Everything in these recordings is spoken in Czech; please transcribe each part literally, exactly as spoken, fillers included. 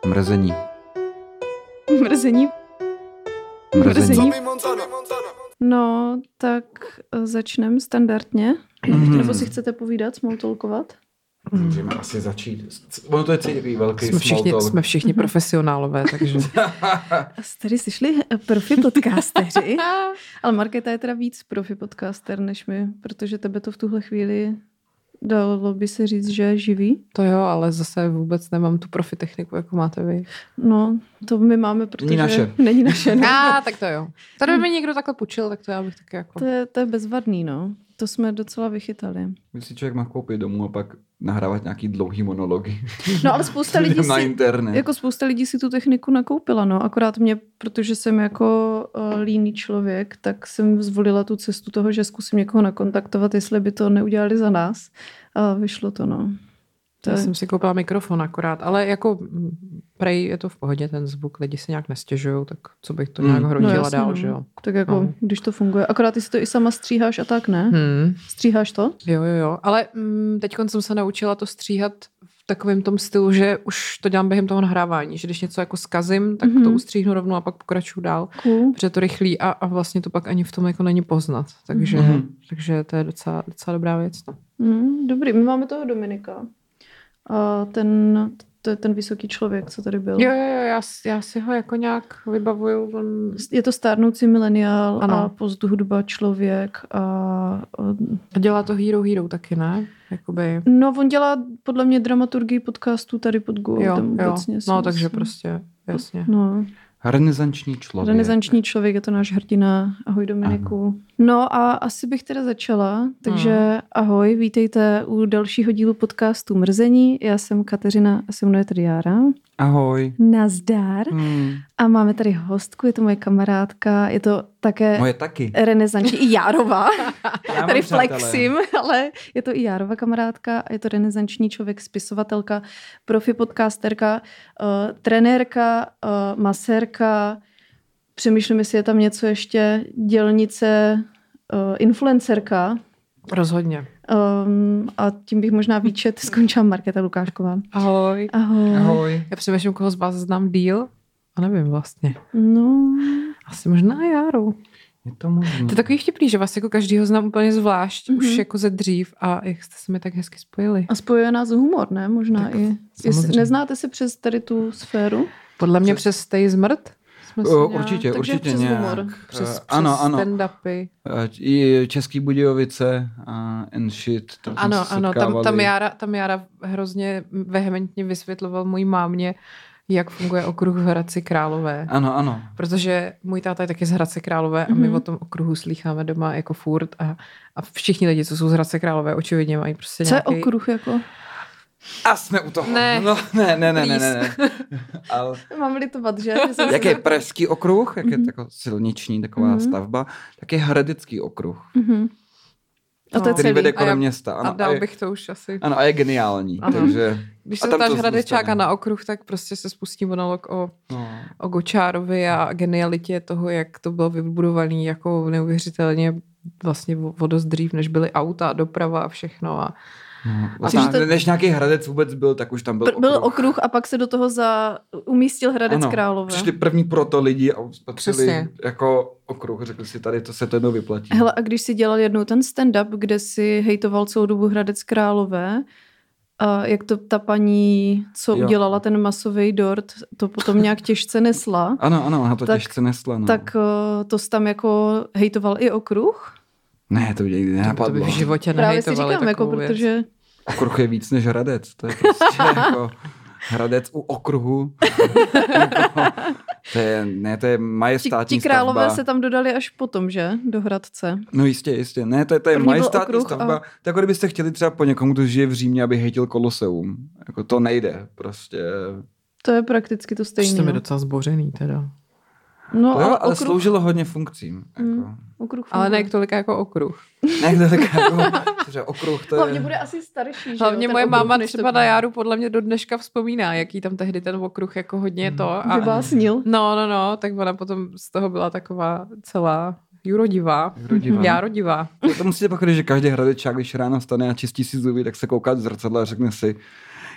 Mrzení. Mrzení. Mrzení. No, tak začneme standardně. Mm. Nebo si chcete povídat, smalltalkovat? Můžeme asi začít. Ono to je celý takový velký jsme všichni, small talk. jsme všichni profesionálové, takže... Jste tady slyšeli profi podcasteři, ale Markéta je teda víc profi podcaster než my, protože tebe to v tuhle chvíli dalo by se říct, že je živý. To jo, ale zase vůbec nemám tu profi techniku, jako máte vy. No, to my máme, protože... Není naše. Není naše, no. A, tak to jo. Tady by mi někdo takhle půjčil, tak to já bych taky jako... To je, to je bezvadný, no. To jsme docela vychytali. Když si člověk má koupit domů a pak nahrávat nějaký dlouhý monology. No ale spousta lidí na si, internet. jako spousta lidí si tu techniku nakoupila, no. Akorát mě, protože jsem jako uh, líný člověk, tak jsem zvolila tu cestu toho, že zkusím někoho nakontaktovat, jestli by to neudělali za nás. A vyšlo to, no. To Já je... jsem si koupila mikrofon akorát, ale jako prej je to v pohodě, ten zvuk, lidi si nějak nestěžujou, tak co bych to nějak Mm. hrotila no, jasně, dál, no. že jo. Tak jako, No. když to funguje. Akorát ty si to i sama stříháš a tak, ne? Hmm. Stříháš to? Jo, jo, jo. Ale mm, teď jsem se naučila to stříhat v takovém tom stylu, že už to dělám během toho nahrávání, že když něco jako zkazím, tak Mhm. to ustříhnu rovnou a pak pokračuju dál. Cool. Protože je to rychlý a, a vlastně to pak ani v tom jako není poznat. Takže, Mhm. takže to je docela, docela dobrá věc. No. Mm, dobrý, my máme toho Dominika. A ten, to je ten vysoký člověk, co tady byl. Jo, jo, jo, já, já si ho jako nějak vybavuju. On... Je to stárnoucí mileniál Ano. a posthudba člověk. A, a... A dělá to Hero Hero taky, ne? Jakoby... No, on dělá podle mě dramaturgii podcastu tady pod Jo, Goldem. jo. Obecně, si No, takže myslím. prostě, jasně. No, Renesanční člověk. renesanční člověk je to náš hrdina. Ahoj Dominiku. Ano. No a asi bych teda začala. Takže ahoj, vítejte u dalšího dílu podcastu Mrzení. Já jsem Kateřina a se mnou je tady Jára. Ahoj. Nazdar. Hmm. A máme tady hostku, je to moje kamarádka, je to také Moje taky. renesanční, i Járová. Já mám Tady přátelé. flexím, ale je to i Járová kamarádka, je to renesanční člověk, spisovatelka, profi podcasterka, uh, trenérka, uh, masérka, přemýšlím, jestli je tam něco ještě, dělnice, uh, influencerka. Rozhodně. Um, a tím bych možná výčet skončila Markéta Lukášková. Ahoj. Ahoj. Ahoj. Já přemýšlím, koho z vás znám díl. A nevím vlastně. No, Asi možná Járu. Je to možné. To je takový vtipný, že vás jako každýho znám úplně zvlášť, mm-hmm. už Mhm. jako ze dřív a jak jste se mi tak hezky spojili. a spojuje nás humor, ne? Možná Tak, i. Jestli, samozřejmě. neznáte se přes tady tu sféru? Podle mě přes Stay Zmrt. Jsme se O, nějak- určitě, takže určitě přes nějak. humor. Přes, Eh, přes ano, ano. stand-upy. Eh, I Český Budějovice a and shit. Tam jsme Ano, se ano, tam, setkávali. tam, Jára, tam Jára hrozně vehementně vysvětloval mojí mámě, jak funguje okruh v Hradci Králové. Ano, ano. Protože můj táta je taky z Hradce Králové a my Mhm. o tom okruhu slýcháme doma jako furt a, a všichni lidi, co jsou z Hradce Králové, očividně mají prostě Co je nějaký... okruh jako? A jsme u toho. Ne. No, ne, ne, ne, ne, ne. ne. Ale Mám litovat, že? jak je pražský okruh, jak je Mhm. jako silniční taková Mhm. stavba, tak je hradecký okruh, Mhm. A to je No. který celý. vede A kolem já- města. A Ano, a, dal je, bych to už asi... ano, a je geniální. Ano. Takže, Když a se tam ptáš to Hradečáka zůstane. na okruh, tak prostě se spustí monolog o, no. o Gočárovi a genialitě toho, jak to bylo vybudované jako neuvěřitelně vlastně o o dost dřív, než byly auta, doprava a všechno. A, No, vlastně, Takže to- než nějaký Hradec vůbec byl, tak už tam byl, Pr- byl okruh a pak se do toho za... umístil Hradec Ano, Králové. přišli první proto lidi a spatřili Přesně. jako okruh. Řekli si, tady to se to jednou vyplatí. Hele, a když si dělal jednou ten stand-up, kde si hejtoval celou dobu Hradec Králové, a jak to ta paní, co Jo. udělala ten masový dort, to potom nějak těžce nesla, Ano, ano, ona to Tak- těžce nesla. No. tak uh, to jsi tam jako hejtoval i okruh? Ne, to by nikdy to by nenapadlo. v životě Právě si nehejtovali říkám, jako, takovou věc. protože... Okruh je víc než Hradec. To je prostě jako Hradec u okruhu. jako, to je, ne, to je Ti, majestátní ti králové stavba. se tam dodali až potom, že? Do Hradce. No jistě, jistě. Ne, to je, to je První byl majestátní okruh stavba. a- To je jako kdybyste chtěli třeba po někomu, kdo žije v Římě, aby hejtil Koloseum. Jako to nejde. Prostě. To je prakticky to stejné. Jste mi docela zbořený teda. No, To jo, ale ale okruh, sloužilo hodně funkcím. Mm. Jako. okruh Ale funguje. ne tolika jako okruh. Ne, to je tak jako, že okruh to je... Hlavně bude asi starší, že Hlavně jo, ten moje okruh, máma než třeba to- na Járu podle mě do dneška vzpomíná, jaký tam tehdy ten okruh jako hodně to. A, Vybásnil. no, no, no, tak ona potom z toho byla taková celá jurodivá. Jurodivá. Járodivá. To musíte pochopit, že každý hradečák, když ráno stane a čistí si zuby, tak se kouká do zrcadla a řekne si,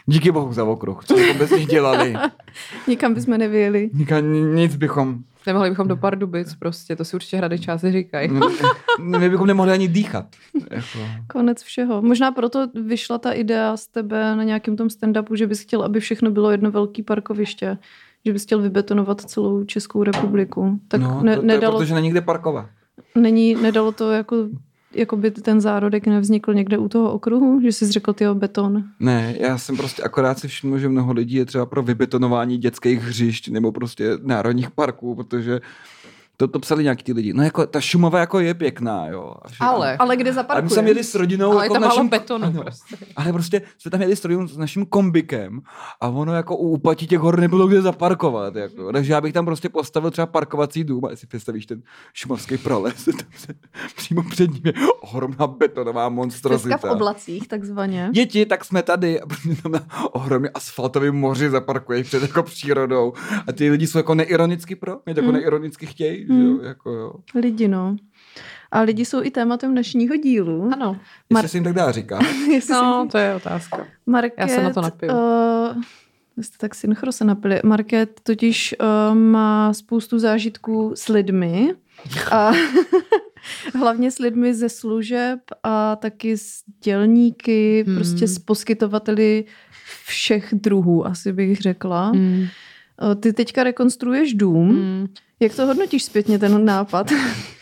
díky bohu za okruh, co bychom bez nich dělali. Nikam bychom nevyjeli. Nikam, nic bychom... Nemohli bychom do Pardubic prostě, to si určitě hradečáci říkají. My bychom nemohli ani dýchat. Jako. Konec všeho. Možná proto vyšla ta idea z tebe na nějakém tom stand-upu, že bys chtěl, aby všechno bylo jedno velké parkoviště. Že bys chtěl vybetonovat celou Českou republiku. Tak no, ne, to, to nedalo, je proto, že není kde parkovat. Není, nedalo to jako... Jako by ten zárodek nevznikl někde u toho okruhu, že jsi řekl tyho beton. Ne, já jsem prostě akorát si všiml, že mnoho lidí je třeba pro vybetonování dětských hřišť nebo prostě národních parků, protože to, to psali nějaký ty lidi. No jako ta Šumava jako je pěkná, jo. Ale. Ale kde zaparkuje? Ale my jsme jeli s rodinou. Ale jako je tam naším, málo betonu ano, prostě. Ale prostě jsme tam jeli s rodinou s naším kombikem a ono jako u úpatí těch hor nebylo kde zaparkovat. Jako. Takže já bych tam prostě postavil třeba parkovací dům a jestli představíš ten šumavský proles, tam se, přímo před ním je ohromná betonová monstrozita. Dneska v oblacích takzvaně. Děti, tak jsme tady a prostě tam na ohromně asfaltovém moři zaparkuješ před jako přírodou a ty lidi jsou jako neironicky pro, mě jako Hmm. neironicky chtějí, Hmm. že jo, jako jo. Lidi, no. A lidi jsou i tématem dnešního dílu. Ano. Jestli se jim tak dá říkat. No, to je otázka. Market, Já se na to napiju. Uh, vy jste tak synchro se napili. Market totiž uh, má spoustu zážitků s lidmi. A hlavně s lidmi ze služeb a taky s dělníky, hmm. prostě s poskytovateli všech druhů, asi bych řekla. Hmm. Uh, ty teďka rekonstruuješ dům. Hmm. Jak to hodnotíš zpětně, ten nápad?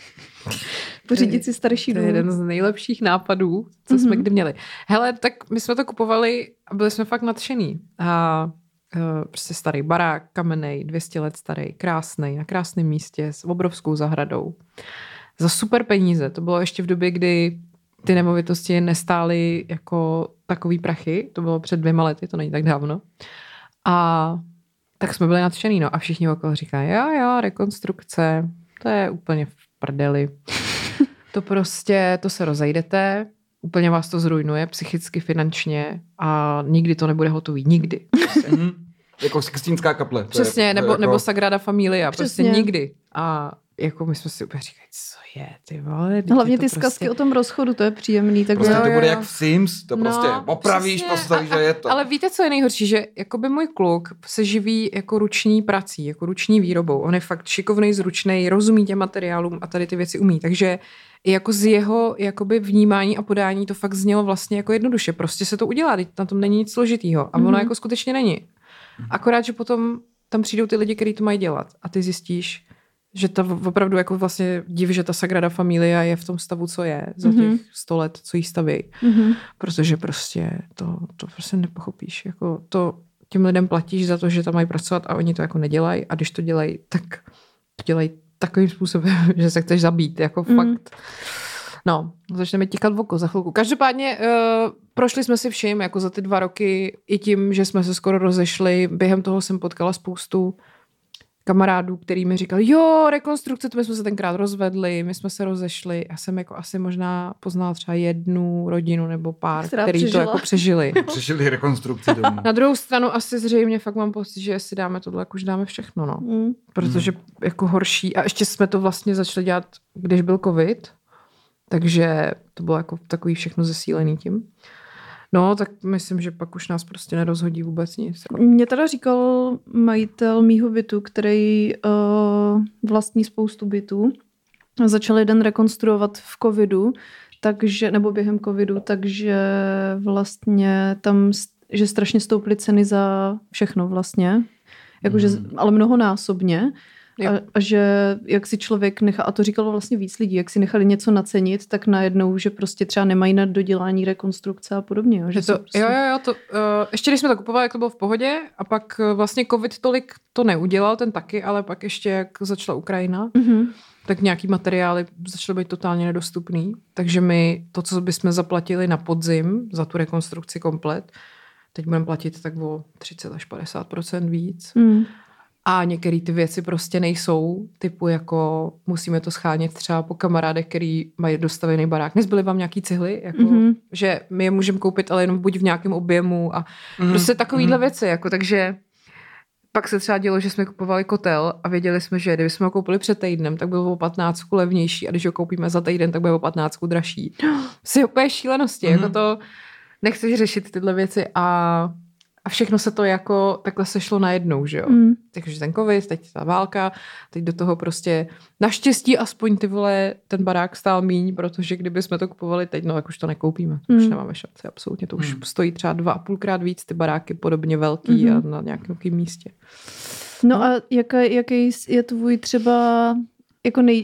Pořídit si starší To dům. je jeden z nejlepších nápadů, co jsme Mhm. kdy měli. Hele, tak my jsme to kupovali a byli jsme fakt nadšený. A uh, prostě starý barák, kamenej, dvě stě let starý, krásnej, na krásném místě s obrovskou zahradou. Za super peníze. To bylo ještě v době, kdy ty nemovitosti nestály jako takový prachy. To bylo před dvěma lety, to není tak dávno. A tak jsme byli nadšený, no. A všichni okolo říkají, jo, jo, rekonstrukce, to je úplně v prdeli. To prostě, to se rozejdete, úplně vás to zrujnuje psychicky, finančně a nikdy to nebude hotový. Nikdy. Mhm. Jako Sixtínská kaple. To Přesně, je, to je nebo, jako... nebo Sagrada Familia. Přesně. Prostě nikdy. A jako my jsme si úplně říkali, co je, ty vole. Hlavně je to ty zkazky prostě... o tom rozchodu, to je příjemný. Tak Prostě Jo, to jo, bude jo. jak v Sims, to prostě No, opravíš, přesně. postavíš A- a je to. Ale víte, co je nejhorší? Že jakoby můj kluk se živí jako ruční prací, jako ruční výrobou. On je fakt šikovnej, zručnej, rozumí těm materiálům a tady ty věci umí. Takže i jako z jeho jakoby vnímání a podání to fakt znělo vlastně jako jednoduše. Prostě se to udělá, teď na tom není nic složitýho. A ono Mhm. jako skutečně není. Akorát, že potom tam přijdou ty lidi, kteří to mají dělat. A ty zjistíš, že to opravdu jako vlastně div, že ta Sagrada Familia je v tom stavu, co je za těch Mhm. sto let, co jí staví. Mhm. Protože prostě to, to prostě nepochopíš. Jako to těm lidem platíš za to, že tam mají pracovat a oni to jako nedělají a když to dělají, tak to dělají takovým způsobem, že se chceš zabít. Jako Mm. fakt. No, začneme tikat v oko za chvilku. Každopádně uh, prošli jsme si vším, jako za ty dva roky, i tím, že jsme se skoro rozešli. Během toho jsem potkala spoustu kamarádů, který mi říkali, jo, rekonstrukce, to my jsme se tenkrát rozvedli, my jsme se rozešli. Já jsem jako asi možná poznala třeba jednu rodinu nebo pár, Která který přežila. to jako přežili. Přišli rekonstrukci domů. Na druhou stranu asi zřejmě fakt mám pocit, že si dáme tohle, jak už dáme všechno, no. Mm. Protože jako horší. A ještě jsme to vlastně začali dělat, když byl covid, takže to bylo jako takový všechno zesílený tím. No, tak myslím, že pak už nás prostě nerozhodí vůbec nic. Mě teda říkal majitel mýho bytu, který uh, vlastní spoustu bytů. Začal jeden rekonstruovat v covidu, takže, nebo během covidu, takže vlastně tam, že strašně stouply ceny za všechno vlastně. Jakože, Hmm. ale mnohonásobně. Jo. A, a že jak si člověk nechá, a to říkalo vlastně víc lidí, jak si nechali něco nacenit, tak najednou, že prostě třeba nemají na dodělání rekonstrukce a podobně. Jo, že Že to, jsou prostě... jo, jo, jo, to, uh, ještě když jsme to kupovali, jak to bylo v pohodě a pak uh, vlastně covid tolik to neudělal, ten taky, ale pak ještě jak začala Ukrajina, Mhm. tak nějaký materiály začaly být totálně nedostupný, takže my to, co bychom zaplatili na podzim za tu rekonstrukci komplet, teď budeme platit tak o třicet až padesát procent víc. Mm. A některé ty věci prostě nejsou, typu jako musíme to schánět třeba po kamarádech, který mají dostavený barák. Nezbyly vám nějaký cihly, jako, Mhm. že my je můžeme koupit, ale jenom buď v nějakém objemu a Mhm. prostě takovýhle Mhm. věci. Jako, takže pak se třeba dělo, že jsme kupovali kotel a věděli jsme, že kdybychom ho koupili před týdnem, tak byl o patnáctku levnější a když ho koupíme za týden, tak bude o patnáctku dražší. Jsi úplně šílenosti, Mhm. jako to nechceš řešit tyhle věci a A všechno se to jako takhle sešlo najednou, že jo. Mm. Takže ten covid, teď ta válka, teď do toho prostě naštěstí aspoň ty vole, ten barák stál míň, protože kdyby jsme to kupovali teď, no tak už to nekoupíme. To už Mm. nemáme šanci, absolutně. To už Mm. stojí třeba dva a půlkrát víc, ty baráky podobně velký Mhm. a na nějakém místě. No a jaký, jaký je tvůj třeba jako nej,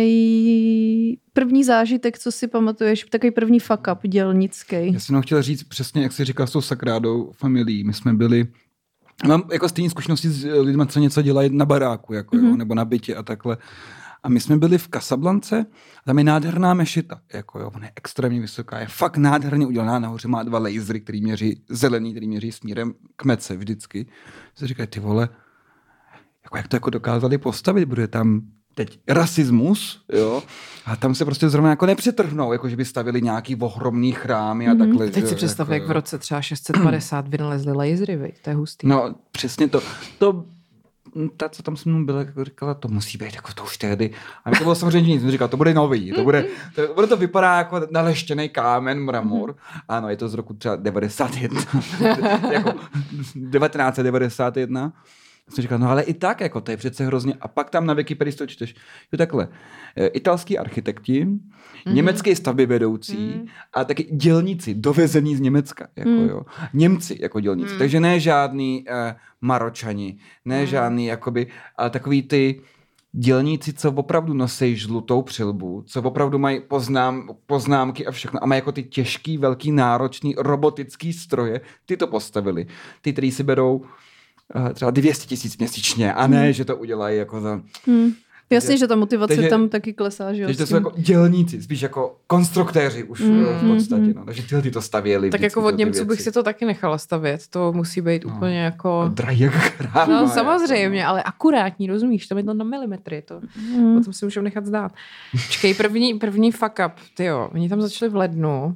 nej... první zážitek, co si pamatuješ, takový první fuck up dělnický? Já jsem jenom chtěl říct přesně, jak jsi říkal s tou Sagrádou familií. My jsme byli, mám jako stejné zkušenosti s lidmi, co něco dělají na baráku, jako, mm-hmm. jo, nebo na bytě a takhle. A my jsme byli v Casablance, tam je nádherná mešita, jako jo, ona je extrémně vysoká, je fakt nádherně udělaná, nahoře má dva lasery, který měří, zelený, který měří směrem k Mece vždycky. Se říkají, ty vole, jako jak to jako dokázali postavit, bude tam teď rasismus, jo, a tam se prostě zrovna jako nepřetrhnou, jako že by stavili nějaký ohromný chrámy a Mhm. takhle. Teď že si jo, představ, jako, jak v roce třeba šest set padesát vynalezli lasery, viď? To je hustý. No, přesně to. To ta, co tam se mnou byla, jako říkala, to musí být jako to už tehdy. A mi to bylo samozřejmě nic. Jsem říkal, to bude nový. To bude, to, bude to vypadá jako naleštěný kámen, mramor. Ano, je to z roku třeba devadesát jedna. Jako devatenáct set devadesát jedna. Jsem říkal, no ale i tak, jako to je přece hrozně. A pak tam na Wikipedii to čteš. Jo, takhle. Italský architekti, mm-hmm. německý stavbyvedoucí mm. a taky dělníci dovezení z Německa. Jako, mm. jo. Němci jako dělníci. Mm. Takže ne žádný uh, Maročani, ne mm. žádný, jakoby, ale takový ty dělníci, co opravdu nosí žlutou přilbu, co opravdu mají poznám, poznámky a všechno a mají jako ty těžký, velký, náročný, robotický stroje, ty to postavili. Ty, který si berou třeba dvě stě tisíc měsíčně a ne, hmm. že to udělají jako za... Hmm. Jasně, že ta motivace takže, tam taky klesá, že jo? Takže to jsou jako dělníci, spíš jako konstruktéři už mm, v podstatě, mm, no. Takže tyhle ty to stavěli. Tak jako od Němců bych si to taky nechala stavět, to musí být no. úplně jako... Drahý jak kráva. No samozřejmě, ale akurátní, rozumíš, tam je to na milimetry, to mm. potom si můžeme nechat zdát. Počkej, první, první fuck up, tyjo, oni tam začali v lednu.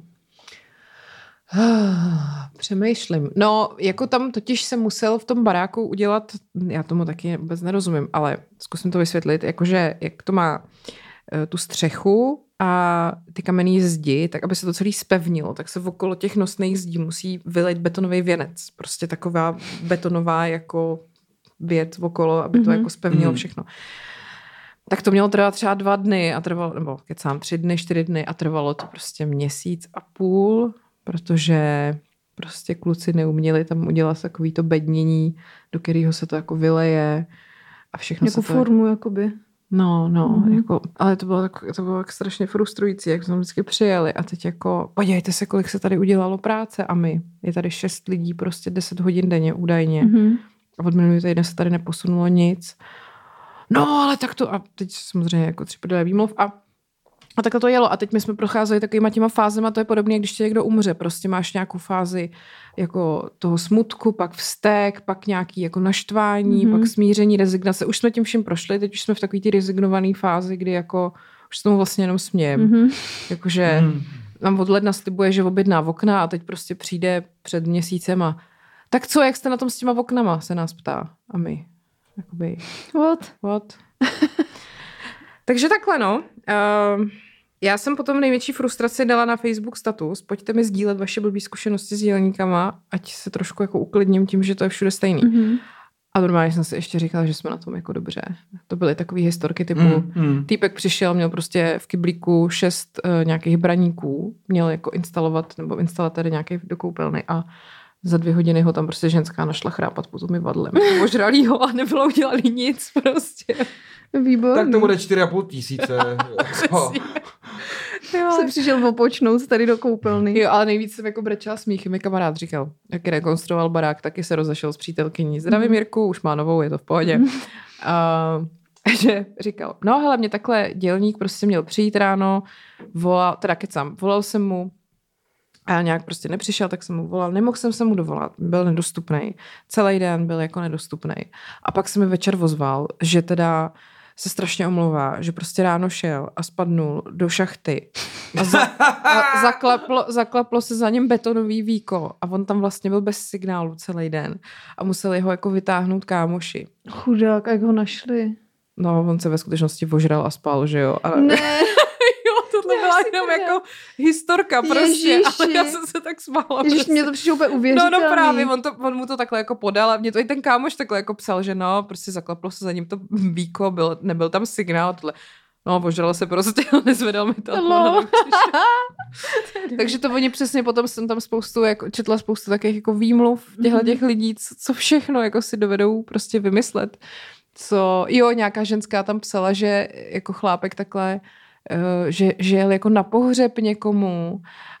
Přemýšlím. No, jako tam totiž se musel v tom baráku udělat, já tomu taky vůbec nerozumím, ale zkusím to vysvětlit, jakože jak to má uh, tu střechu a ty kamenný zdi, tak aby se to celý spevnilo, tak se okolo těch nosných zdí musí vylejt betonový věnec. Prostě taková betonová jako věc okolo, aby to mm-hmm. jako spevnilo všechno. Tak to mělo trvat třeba dva dny a trvalo, nebo kecám, tři dny, čtyři dny a trvalo to prostě měsíc a půl, protože prostě kluci neuměli tam udělat takový to bednění, do kterého se to jako vyleje a všechno jako se to... formu, jakoby. No, no, mm-hmm. jako, ale to bylo, tak, to bylo tak strašně frustrující, jak jsme vždycky přijeli a teď jako, podívejte se, kolik se tady udělalo práce a my, je tady šest lidí, prostě deset hodin denně údajně Mm-hmm. a od minulý týden se tady neposunulo nic. No, ale tak to, a teď samozřejmě jako tři prdele výmluv a A takhle to jelo. A teď my jsme procházeli takovýma těma fázema, to je podobně, když tě někdo umře. Prostě máš nějakou fázi jako toho smutku, pak vztek, pak nějaký jako naštvání, mm-hmm. pak smíření, rezignace. Už jsme tím vším prošli, teď už jsme v takový ty rezignované fázi, kdy jako už se tomu vlastně jenom smějem. Mm-hmm. Jakože mm. nám od ledna slibuje, že objedná okna a teď prostě přijde před měsícem a tak co, jak jste na tom s těma oknama, se nás ptá. A my jakoby... What? What? Takže takhle, no. Uh, já jsem potom největší frustraci dala na Facebook status. Pojďte mi sdílet vaše blbý zkušenosti s dělníkama, ať se trošku jako uklidním tím, že to je všude stejný. Mm-hmm. A normálně jsem si ještě říkala, že jsme na tom jako dobře. To byly takové historky typu mm-hmm. týpek přišel, měl prostě v kyblíku šest uh, nějakých braníků, měl jako instalovat nebo instalovat tady nějaký do koupelny a za dvě hodiny ho tam prostě ženská našla chrápat pod umyvadlem. Ožralý ho a nebylo udělali nic prostě. Výborný. Tak to bude čtyři a půl tisíce. Jsem přišel opočnout tady do koupelny. Jo, ale nejvíc jsem jako brečela smíchy. Mi kamarád říkal, jak rekonstruoval barák, taky se rozešel s přítelkyní. Zdravím, mm. Jirku, už má novou, je to v pohodě. Mm. Uh, že říkal, no hele, mě takhle dělník prostě měl přijít ráno, volal, teda kecám, volal jsem mu, a nějak prostě nepřišel, tak jsem mu volal. Nemohl jsem se mu dovolat, byl nedostupný. Celý den byl jako nedostupný. A pak se mi večer ozval, že teda se strašně omlouvá, že prostě ráno šel a spadnul do šachty a, za, a zaklaplo, zaklaplo se za něm betonový víko a on tam vlastně byl bez signálu celý den a museli ho jako vytáhnout kámoši. Chudák, jak ho našli? No, on se ve skutečnosti ožral a spal, že jo. A... Ne. Jo, tohle byla byla jenom jako historka prostě, Ježiši. ale já jsem se tak smála. Ježiš, prostě. mě to přišlo úplně uvěřitelný. No, no právě, on, to, on mu to takhle jako podal a mě to i ten kámoš takhle jako psal, že no, prostě zaklaplo se za ním to víko, byl, nebyl tam signál a tohle. No, požral se prostě, nezvedal mi to. No. Takže to oni přesně, potom jsem tam spoustu, jako, četla spoustu takových jako výmluv těchto těch lidí, co, co všechno jako si dovedou prostě vymyslet. Co, jo, nějaká ženská tam psala, že jako chlápek takhle, uh, že, že jel jako na pohřeb někomu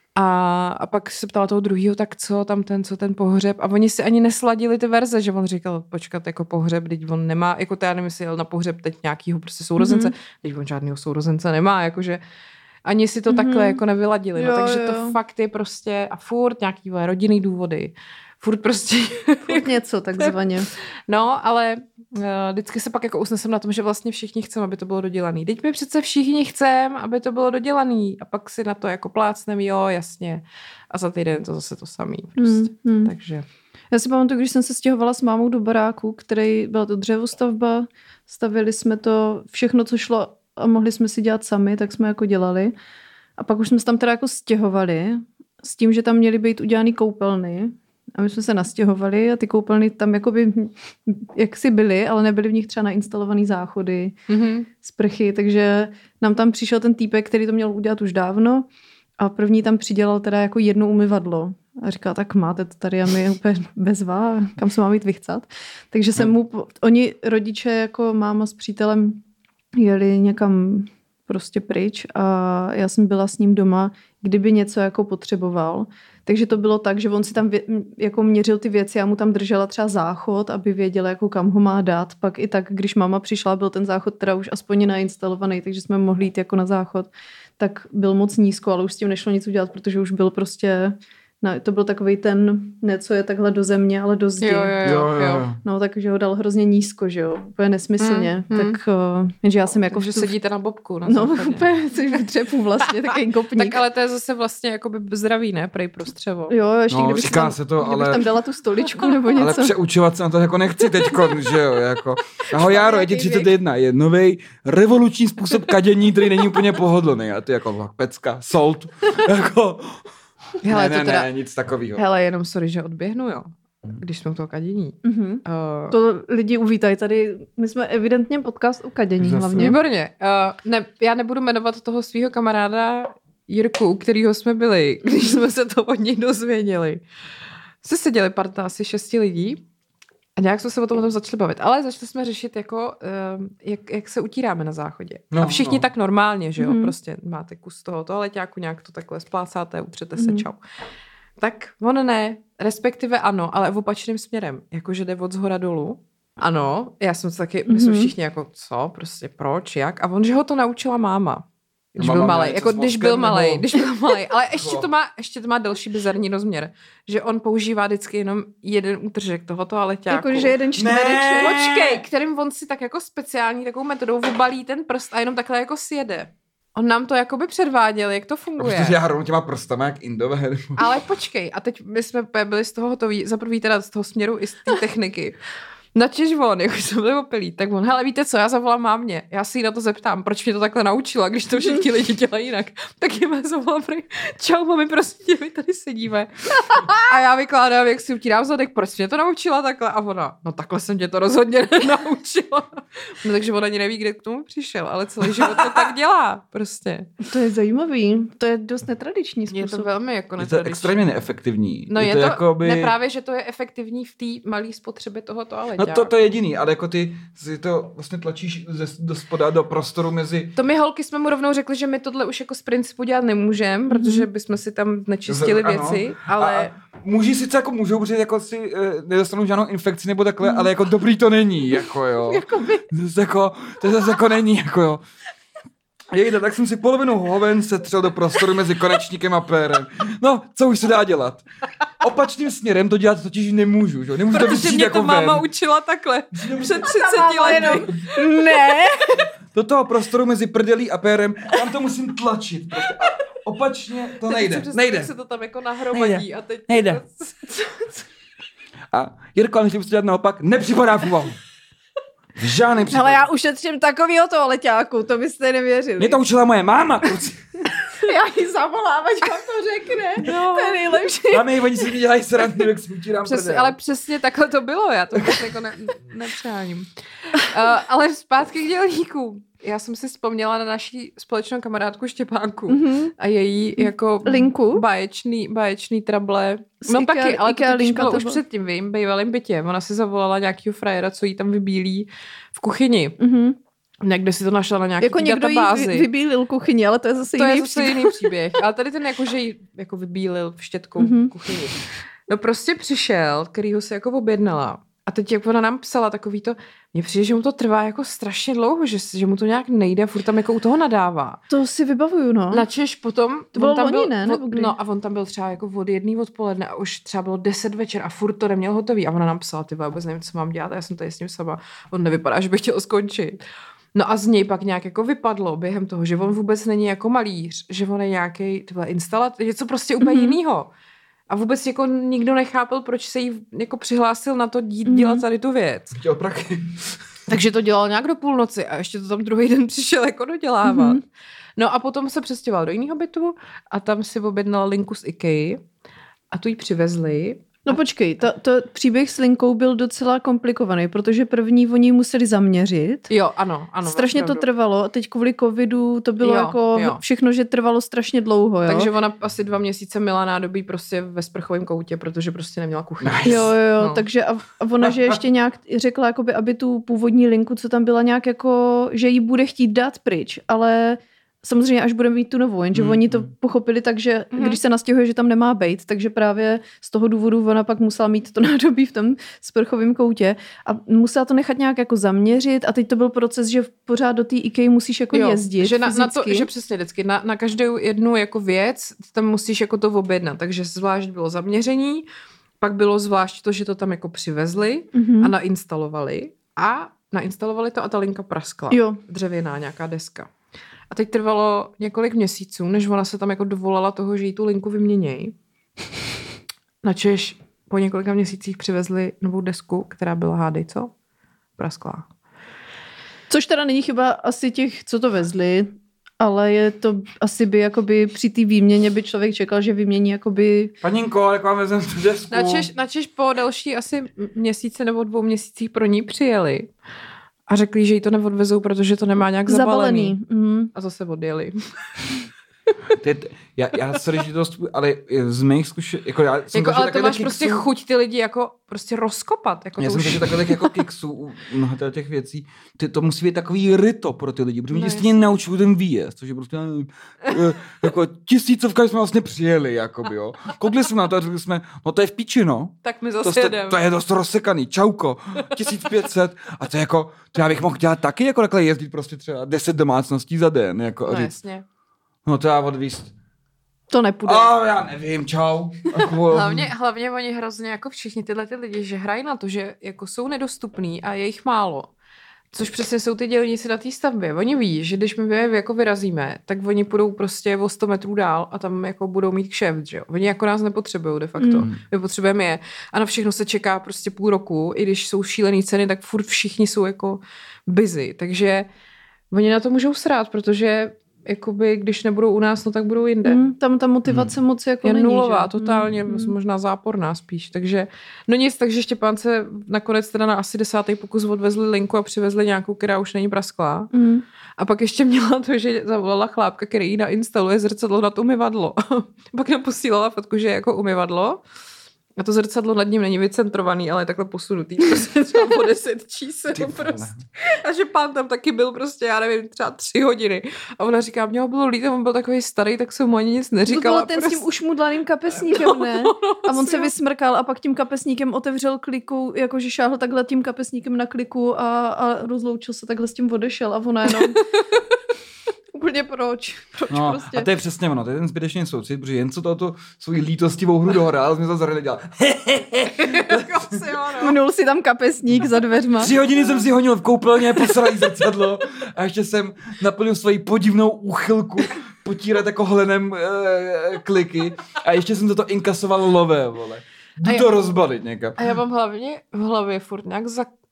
a, a pak se ptala toho druhýho, tak co tam ten, co ten pohřeb a oni si ani nesladili ty verze, že on říkal, počkat, jako pohřeb, teď on nemá, jako to já nevím, jestli jel na pohřeb teď nějakýho prostě sourozence, mm-hmm. teď on žádnýho sourozence nemá, jakože ani si to mm-hmm. takhle jako nevyladili, jo, no, takže jo. to fakt je prostě a furt nějaký rodinný důvody, furt prostě furt něco takzvaně. No, ale uh, vždycky se pak jako usnesem na tom, že vlastně všichni chceme, aby to bylo dodělaný. Teď my přece všichni chceme, aby to bylo dodělaný a pak si na to jako plácnem, jo, jasně. A za týden to zase to samý prostě. Mm, mm. Takže. Já si pamatuju, když jsem se stěhovala s mámou do baráku, který byla to dřevostavba, stavili jsme to všechno, co šlo a mohli jsme si dělat sami, tak jsme jako dělali. A pak už jsme se tam teda jako stěhovali s tím, že tam měly být udělaný koupelny. A my jsme se nastěhovali a ty koupelny tam jakoby jaksi byly, ale nebyly v nich třeba nainstalovaný záchody, mm-hmm. sprchy, takže nám tam přišel ten týpek, který to měl udělat už dávno a první tam přidělal teda jako jedno umyvadlo. A říkal, tak máte to tady a my úplně bezva, kam se mám jít vychcat. Takže jsem mu, oni rodiče jako máma s přítelem jeli někam prostě pryč a já jsem byla s ním doma, kdyby něco jako potřeboval. Takže to bylo tak, že on si tam vě, jako měřil ty věci, já mu tam držela třeba záchod, aby věděla, jako kam ho má dát. Pak i tak, když máma přišla, byl ten záchod teda už aspoň nainstalovaný, takže jsme mohli jít jako na záchod, tak byl moc nízko, ale už s tím nešlo nic udělat, protože už byl prostě... No, to byl takovej ten, ne co je takhle do země, ale do zdi. Jo, jo, jo, jo. No, takže ho dal hrozně nízko, že jo, úplně nesmyslně. Mm, tak, mm. jenže já jsem jako... Takže tu... sedíte na bobku. Na no, úplně jsi v dřepu vlastně, takový kopník. Tak ale to je zase vlastně jakoby zdravý, ne? Prej pro střevo. Jo, ještě no, kdybych, tam, se to, kdybych ale... tam dala tu stoličku nebo něco. Ale přeučovat se na to jako nechci teďkon, že jo, jako. Ahoj Járo, je ti třicet jedna, je novej revoluční způsob kadění, který není úplně pohodlný. A ty jako pecka, sold, jako... Hele, ne, ne, to teda, ne, nic takového. Hele, jenom sorry, že odběhnu, jo. Když jsme u toho kadění. Mm-hmm. Uh, to lidi uvítají. Tady my jsme evidentně podcast o kadění Zase. hlavně. Výborně. Uh, ne, já nebudu jmenovat toho svého kamaráda Jirku, u kterého jsme byli, když jsme se to od něj dozvěděli. Jste seděli parta asi šesti lidí a nějak jsme se o tom, o tom začali bavit. Ale začali jsme řešit, jako, uh, jak, jak se utíráme na záchodě. No, a všichni no. tak normálně, že jo. Mm-hmm. Prostě máte kus toho toaleťáku, nějak to takhle splácáte, utřete se, mm-hmm. čau. Tak on ne, respektive ano, ale v opačným směrem. Jakože jde od zhora dolů. Ano, já jsem to taky, my jsme všichni jako, co, prostě proč, jak? A on, že ho to naučila máma. Když byl malej, jako když byl malej, nebo... když byl malej, ale ještě to má, ještě to má delší bizarní rozměr, že on používá vždycky jenom jeden útržek toho toaleťáku. Jakože jeden čtvereček. Počkej, kterým on si tak jako speciální takovou metodou obalí ten prst a jenom takhle jako sjede. On nám to jakoby předváděl, jak to funguje. Protože já rovnou těma prstama jak Indové. Ale počkej, a teď my jsme byli z toho hotoví, za prvý teda z toho směru i z té techniky. Načež on, jako jsme byli opilí, tak on, hele, víte co, já zavolám mámě, já si jí na to zeptám, proč mě to takhle naučila, když to všichni lidi dělají jinak. Tak jim zavolám, čau mami, prostě my tady sedíme. A já vykládám, jak si utírám zadek, proč mě to naučila takhle? A ona, no takhle jsem tě to rozhodně nenaučila. No takže on ani neví, kde k tomu přišel, ale celý život to tak dělá, prostě. To je zajímavý, to je dost netradiční způsob. Je to velmi jako netradiční. Je to extrémně neefektivní. No je, je to, to jakoby... by... ne právě, že to je efektivní v té malé spotřebě toho toaleťáku. No to, to je jediný, ale jako ty si to vlastně tlačíš ze, do spoda, do prostoru mezi... To my holky jsme mu rovnou řekli, že my tohle už jako z principu dělat nemůžeme, mm-hmm. protože bychom si tam nečistili ano. věci, ale... A muži sice jako můžou, protože jako si e, nedostanou žádnou infekci nebo takhle, mm. ale jako dobrý to není, jako jo. Jakoby. To jako, to zase jako není, jako jo. Jejda, tak jsem si polovinu hoven setřel do prostoru mezi konečníkem a pérem. No, co už se dá dělat? Opačným směrem to dělat totiž nemůžu, že? Nemůžu protože to mě jako to máma ven. učila takhle. Před třiceti lety. Ne. Do toho prostoru mezi prdelí a pérem, tam to musím tlačit. Prostě. A opačně to teď nejde. Nejde. se to tam jako nahromadí. Nejde. A teď... Nejde. A Jirko, ale chtěl dělat naopak, nepřipadá v úvahu. V žádném případě. Ale já ušetřím takovýho toaleťáku, to byste nevěřili. Mě to učila moje máma, kluci. Já ji zavolám, ať vám to řekne. No. To je nejlepší. Máme, oni si dělají srandy, jak si utírám Přes, prdel. ale přesně takhle to bylo, já to prostě jako ne, nepřáním. Uh, ale zpátky k dělníkům. Já jsem si vzpomněla na naší společnou kamarádku Štěpánku mm-hmm. a její jako Linku. báječný, báječný trable. S No Ikea, taky, ale Ikea to linka bylo to už bylo. před tím, vím, bývalým bytě. Ona si zavolala nějakýho frajera, co jí tam vybílí v kuchyni. Mm-hmm. Někde si to našla na nějaký jako někdo databázi. jí vybílil kuchyni, ale to je zase to jiný je zase příběh. jiný příběh. Ale tady ten jako, že jí jako vybílil štětkou Mhm. v kuchyni. No prostě přišel, kterýho se jako objednala. A teď jak ona nám psala takový to, mně přijde, že mu to trvá jako strašně dlouho, že, že mu to nějak nejde, furt tam jako u toho nadává. To si vybavuju, no. Načež potom... To bylo on tam loni, byl, ne? Nebo kdy? No a on tam byl třeba jako od jedný odpoledne a už třeba bylo deset večer a furt to neměl hotový. A ona nám psala, ty vůbec nevím, co mám dělat, a já jsem tady s ním sama. On nevypadá, že by chtěl skončit. No a z něj pak nějak jako vypadlo během toho, že on vůbec není jako malíř, že on je nějaký tyhle instalace, něco prostě úplně mm-hmm. jinýho. A vůbec jako nikdo nechápal, proč se jí jako přihlásil na to dí, dělat tady tu věc. Chtěl prachy. Takže to dělal nějak do půlnoci a ještě to tam druhý den přišel jako dodělávat. Mm-hmm. No a potom se přestěhoval do jiného bytu a tam si objednala linku z IKEA a tu jí přivezli. No počkej, to, to příběh s linkou byl docela komplikovaný, protože první oni museli zaměřit. Jo, ano, ano. Strašně opravdu. to trvalo, teď kvůli covidu to bylo Jo, jako jo. všechno, že trvalo strašně dlouho, jo. Takže ona asi dva měsíce měla nádobí prostě ve sprchovém koutě, protože prostě neměla kuchyni. Nice. Jo, jo, jo, No. takže a, a ona, že ještě nějak řekla, jakoby, aby tu původní linku, co tam byla nějak jako, že jí bude chtít dát pryč, ale samozřejmě až budeme mít tu novou, jenže mm, oni to pochopili tak, že mm. když se nastěhuje, že tam nemá bejt, takže právě z toho důvodu ona pak musela mít to nádobí v tom sprchovém koutě a musela to nechat nějak jako zaměřit a teď to byl proces, že pořád do té IKEA musíš jako jo, jezdit že na, na to, fyzicky. že přesně vždycky, na, na každou jednu jako věc tam musíš jako to objednat, takže zvlášť bylo zaměření, pak bylo zvlášť to, že to tam jako přivezli mm-hmm. a nainstalovali a nainstalovali to a ta linka praskla. Jo. Dřevěná nějaká deska. A teď trvalo několik měsíců, než ona se tam jako dovolala toho, že jí tu linku vyměněj. Načež po několika měsících přivezli novou desku, která byla, hádej, co? Prasklá. Což teda není chyba asi těch, co to vezli, ale je to asi by jakoby při té výměně by člověk čekal, že vymění jakoby... Paninko, jak vám vezem tu desku? Načež, načež po další asi měsíce nebo dvou měsících pro ní přijeli a řekli, že jí to neodvezou, protože to nemá nějak zabalený. zabalený. Mm. A zase odjeli. Ty, já, já sorry, že to stůj, ale z mých zkušeností, jako já jsem Jako, ale to máš kiksů, prostě chuť ty lidi jako prostě rozkopat. Jako já to jsem už... zažil takhle jako kiksů u mnoha těch věcí. Ty, to musí být takový ryto pro ty lidi, protože No, mě stejně naučili ten výjezd, což je prostě eh, jako tisícovka jsme vlastně přijeli, jakoby, jo. Koukli jsme na to a řekli jsme, no to je v píči, no. Tak my To, zase to, jedeme. to je dost rozsekaný, čauko, tisíc pět set a to je jako, to já bych mohl dělat taky, jako takhle jezdit prostě třeba deset domácností za den, jako a No říct, jasně. no to já odvíst. To nepůjde. A já nevím, čau. Jako, Hlavně, hlavně oni hrozně jako všichni tyhle ty lidi, že hrají na to, že jako jsou nedostupní a je jich málo. Což přesně jsou ty dělníci na té stavbě. Oni ví, že když my je jako vyrazíme, tak oni půjdou prostě o sto metrů dál a tam jako budou mít kšeft, že jo. Oni jako nás nepotřebují de facto. Mm. My potřebujeme je. A na všechno se čeká prostě půl roku. I když jsou šílený ceny, tak furt všichni jsou jako busy. Takže oni na to můžou srát, protože jakoby, když nebudou u nás, no tak budou jinde. Mm, tam ta motivace Hmm. moc jako Je není, nulová, že? totálně, Mm. možná záporná spíš. Takže, no nic, takže Štěpán se nakonec teda na asi desátý pokus odvezli linku a přivezli nějakou, která už není prasklá. Mm. A pak ještě měla to, že zavolala chlápka, který jí nainstaluje zrcadlo nad umyvadlo. Pak nám posílala fotku, že je jako umyvadlo. A to zrcadlo nad ním není vycentrovaný, ale je takhle posunutý. Prostě třeba po deset čísel prostě. A že pán tam taky byl prostě, já nevím, třeba tři hodiny. A ona říká, mě ho bylo líto, on byl takový starý, tak jsem mu ani nic neříkala. To byl ten prostě. s tím ušmudlaným kapesníkem, No, ne? no, A on se jo. vysmrkal a pak tím kapesníkem otevřel kliku, jakože šáhl takhle tím kapesníkem na kliku a, a rozloučil se, takhle s tím odešel a ona jenom... Úplně proč? Proč No, prostě? a to je přesně ono, to je ten zbytečný soucit, protože jen co tohoto svojí lítostivou hru dohrál, jsme to zařadili dělat. Mnul si tam kapesník za dveřma. Tři hodiny jsem si honil v koupelně, posralý zrcadlo a ještě jsem naplnil svoji podivnou úchylku potírat jako hlenem e, kliky a ještě jsem toto inkasoval lové, vole. Jdu A to já- rozbalit někam. A já mám hlavně v hlavě furt nějak za,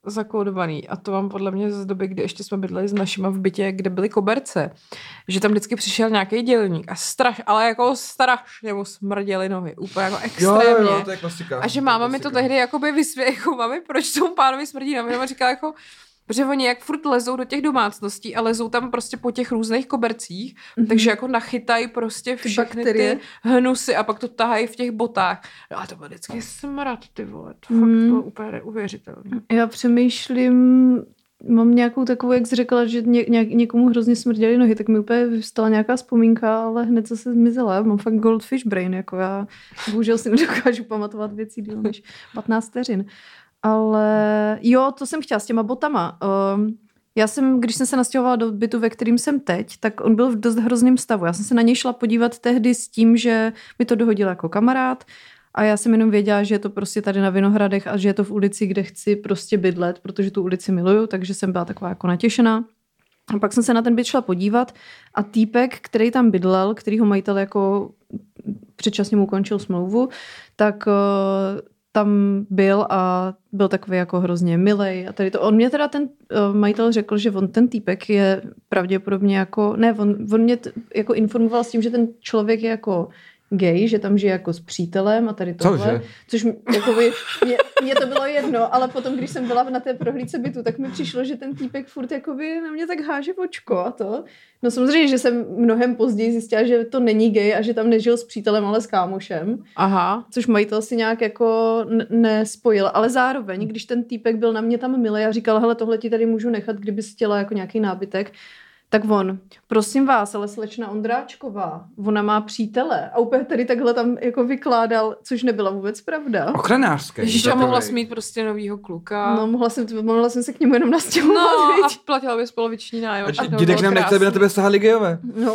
zakódovaný a to mám podle mě z doby, kdy ještě jsme bydleli s našima v bytě, kde byly koberce, že tam vždycky přišel nějaký dělník a straš, ale jako strašně mu smrděly nohy, úplně jako extrémně. Jo, jo, to je klasika. A že máma mi to tehdy jakoby vysvětlila, jako mami, proč tomu pánovi smrdí nohy, a říkala jako, protože oni jak furt lezou do těch domácností a lezou tam prostě po těch různých kobercích, mm-hmm. takže jako nachytají prostě všechny ty, ty hnusy a pak to tahají v těch botách. No a to byl vždycky smrad, ty vole, to mm. fakt bylo úplně neuvěřitelné. Já přemýšlím, mám nějakou takovou, jak jsi řekla, že ně, ně, někomu hrozně smrděly nohy, tak mi úplně vystala nějaká vzpomínka, ale hned se zmizela. Já mám fakt goldfish brain, jako já bohužel si nedokážu pamatovat věci díl než patnáct vteřin. Ale jo, to jsem chtěla s těma botama. Um, já jsem, když jsem se nastěhovala do bytu, ve kterým jsem teď, tak on byl v dost hrozném stavu. Já jsem se na něj šla podívat tehdy s tím, že mi to dohodil jako kamarád a já jsem jenom věděla, že je to prostě tady na Vinohradech a že je to v ulici, kde chci prostě bydlet, protože tu ulici miluju, takže jsem byla taková jako natěšená. A pak jsem se na ten byt šla podívat a týpek, který tam bydlel, kterýho majitel jako předčasně mu ukončil smlouvu, tak uh, tam byl a byl takový jako hrozně milej a tady to. On mě teda ten uh, majitel řekl, že on ten týpek je pravděpodobně jako, ne, on, on mě t, jako informoval s tím, že ten člověk je jako gay, že tam žije jako s přítelem a tady tohle. Cože? Což jako by, mě, mě to bylo jedno, ale potom, když jsem byla na té prohlídce bytu, tak mi přišlo, že ten týpek furt jakoby na mě tak háže očko a to. No samozřejmě, že jsem mnohem později zjistila, že to není gay a že tam nežil s přítelem, ale s kámošem. Aha. Což majitel si nějak jako n- nespojil. Ale zároveň, když ten týpek byl na mě tam milý a říkal, hele, tohle ti tady můžu nechat, kdyby si chtěla jako nějaký nábytek, tak on, prosím vás, ale slečna Ondráčková, ona má přítele. A úplně tady takhle tam jako vykládal, což nebyla vůbec pravda. Ochranářské. Ježiš, a mohla jsi mít prostě novýho kluka. No, mohla jsem, mohla jsem se k němu jenom nastěhovat. No, a platila bys poloviční nájem. Dědek nám nechce, aby na tebe sahali gejové. No.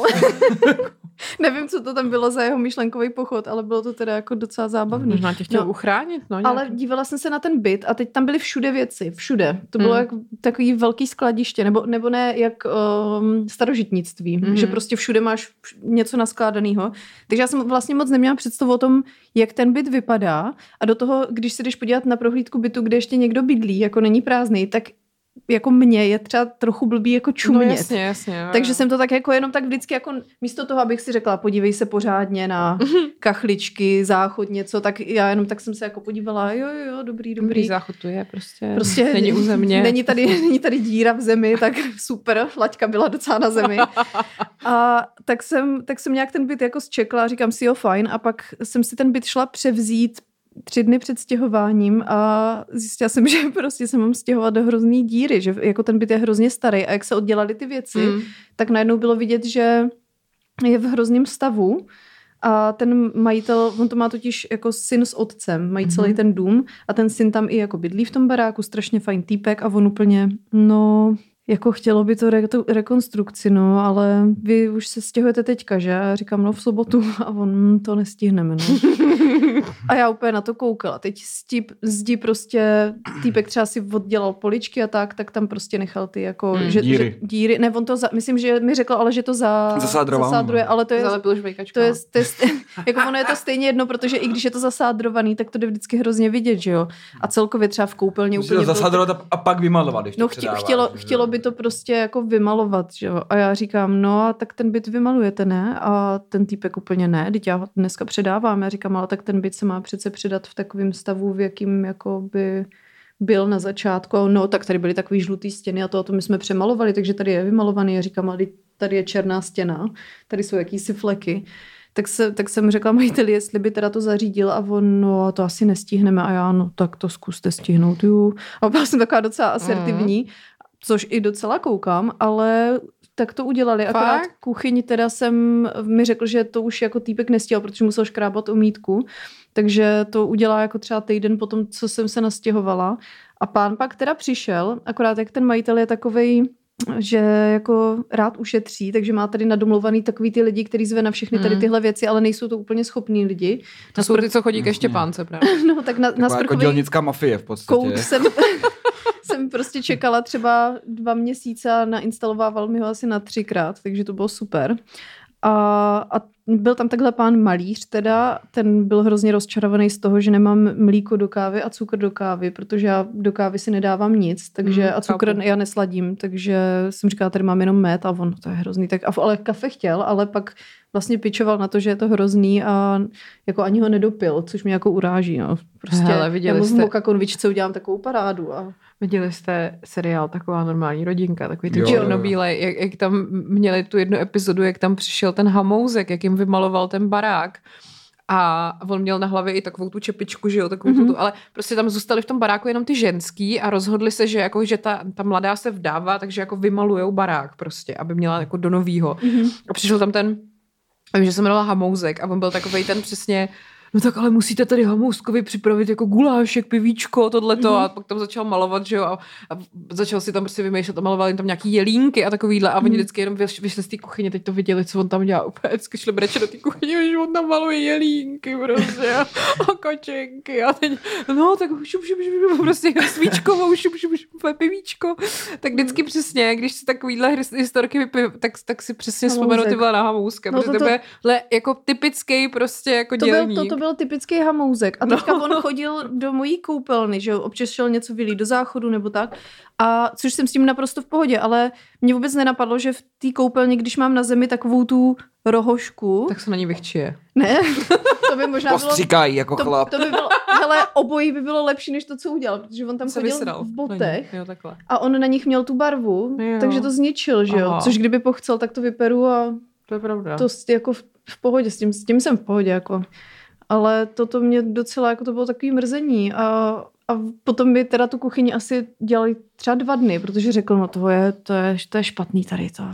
Nevím, co to tam bylo za jeho myšlenkový pochod, ale bylo to teda jako docela zábavný. Možná tě chtěl no, uchránit, no. Ale dívala jsem se na ten byt a teď tam byly všude věci, všude. To bylo mm. jak takový velký skladiště, nebo, nebo ne jak um, starožitnictví, mm. že prostě všude máš něco naskládaného. Takže já jsem vlastně moc neměla představu o tom, jak ten byt vypadá a do toho, když se jdeš podívat na prohlídku bytu, kde ještě někdo bydlí, jako není prázdný, tak jako mě je třeba trochu blbý jako čumět. No jasně, jasně. Jo, Takže jo. jsem to tak jako jenom tak vždycky jako místo toho, abych si řekla, podívej se pořádně na kachličky, záchod, něco, tak já jenom tak jsem se jako podívala, jo, jo, jo, dobrý, dobrý. Dobrý záchod tu je, prostě, prostě není u země. Není tady, není tady díra v zemi, tak super, laťka byla docela na zemi. A tak jsem, tak jsem nějak ten byt jako zčekla a říkám si, jo, fajn. A pak jsem si ten byt šla převzít tři dny před stěhováním a zjistila jsem, že prostě se mám stěhovat do hrozný díry, že jako ten byt je hrozně starý a jak se oddělaly ty věci, mm. tak najednou bylo vidět, že je v hrozném stavu a ten majitel, on to má totiž jako syn s otcem, mají celý mm. ten dům a ten syn tam i jako bydlí v tom baráku, strašně fajn týpek a on úplně, no... Jako chtělo by to re- rekonstrukci, no, ale vy už se stěhujete teďka, že? A já říkám, no v sobotu a on, to nestihneme, no. A já úplně na to koukala. Teď zdi, zdi prostě týpek třeba si oddělal poličky a tak, tak tam prostě nechal ty jako hmm, že, díry. Že, díry. Ne, on to, za, myslím, že mi řekl, ale že to za, zasádruje, ale to je, Zalepil žvejkačka. To je, to je jako ono je to stejně jedno, protože i když je to zasádrovaný, tak to jde vždycky hrozně vidět, že jo? A celkově třeba v koupelně úplně... Zasádrovat a pak vymalovat, když no, to předáváš, chtělo, chtělo by to prostě jako vymalovat, že jo? A já říkám, no a tak ten byt vymalujete, ne? A ten týpek úplně ne, teď já ho dneska předávám. Já říkám, ale tak ten byt se má přece předat v takovém stavu, v jakým jako by byl na začátku. No tak tady byly takový žlutý stěny a to, to my jsme přemalovali, takže tady je vymalovaný. Já říkám, ale tady je černá stěna, tady jsou jakýsi fleky. Tak, se, tak jsem řekla majiteli, jestli by teda to zařídil a on, no to asi nestihneme a já, no tak to zkuste stihnout, jo. A byla jsem taková docela asertivní, mm. což i docela koukám, ale tak to udělali. Fakt? Akorát kuchyni teda jsem mi řekl, že to už jako týpek nestíhal, protože musel škrábat omítku, takže to udělá jako třeba týden potom, co jsem se nastěhovala. A pán pak teda přišel, akorát jak ten majitel je takovej, že jako rád ušetří, takže má tady nadomluvaný takový ty lidi, který zve na všechny tady tyhle věci, ale nejsou to úplně schopní lidi. To jsou ty, co chodí ke Štěpánce, právě. No tak na, na jako dělnická mafie v podstatě. Kout jsem, jsem prostě čekala třeba dva měsíce a nainstalovával mi ho asi na třikrát, takže to bylo super. A, a byl tam takhle pán malíř teda, ten byl hrozně rozčarovaný z toho, že nemám mlíko do kávy a cukr do kávy, protože já do kávy si nedávám nic, takže mm, a cukr chápu. Já nesladím, takže jsem říkala, tady mám jenom med a on, to je hrozný, tak, ale kafe chtěl, ale pak vlastně pičoval na to, že je to hrozný a jako ani ho nedopil, což mě jako uráží, no. Prostě hele, já mu v jste... moka konvičce udělám takovou parádu a viděli jste seriál Taková normální rodinka, takový ten černobílej, jak, jak tam měli tu jednu epizodu, jak tam přišel ten Hamouzek, jak jim vymaloval ten barák a on měl na hlavě i takovou tu čepičku, že jo, takovou mm-hmm. tu, ale prostě tam zůstali v tom baráku jenom ty ženský a rozhodli se, že jako, že ta, ta mladá se vdává, takže jako vymalujou barák prostě, aby měla jako do novýho. Mm-hmm. A přišel tam ten, vím, že se jmenoval Hamouzek a on byl takovej ten přesně, no tak ale musíte tady Hamouzkovi připravit jako gulášek, pivíčko, tohleto mm-hmm. a pak tam začal malovat, že jo, a, a začal si tam prostě vymýšlet a maloval jim tam nějaký jelínky a takovýhle a oni mm-hmm. vždycky jenom vyšli z té kuchyně, teď to viděli, co on tam dělá, úplně vždycky šli breče do té kuchyně, že on tam maluje jelínky prostě a, a kočenky a teď, no tak šup, šup, šup, prostě svíčkovou, šup, šup, šup, pivíčko, tak vždycky přesně, když si takovýhle historky vypiju, tak, tak si přesně vzpomenu ty byla na Hamouzka, no, protože to, to, to je jako typický prostě jako dělník. To byl typický Hamouzek. A teďka no. on chodil do mojí koupelny, že jo, občas šel něco vylít do záchodu nebo tak. A což jsem s tím naprosto v pohodě, ale mě vůbec nenapadlo, že v té koupelně, když mám na zemi takovou tu rohošku, tak se na ní vychčije. Ne, to by možná bylo... Postříkají jako to, chlap. To by bylo, hele, obojí by bylo lepší, než to, co udělal, protože on tam se chodil vysral. v botech jo, takhle. a on na nich měl tu barvu, jo. takže to zničil, že jo, Aha. což kdyby pochcel, tak to vyperu a to je pravda. To jako v, v pohodě, s tím, s tím jsem v pohodě, jako. Ale toto mě docela, jako to bylo takový mrzení a, a potom by teda tu kuchyni asi dělali třeba dva dny, protože řekl, no toho je, to je, to je špatný tady to.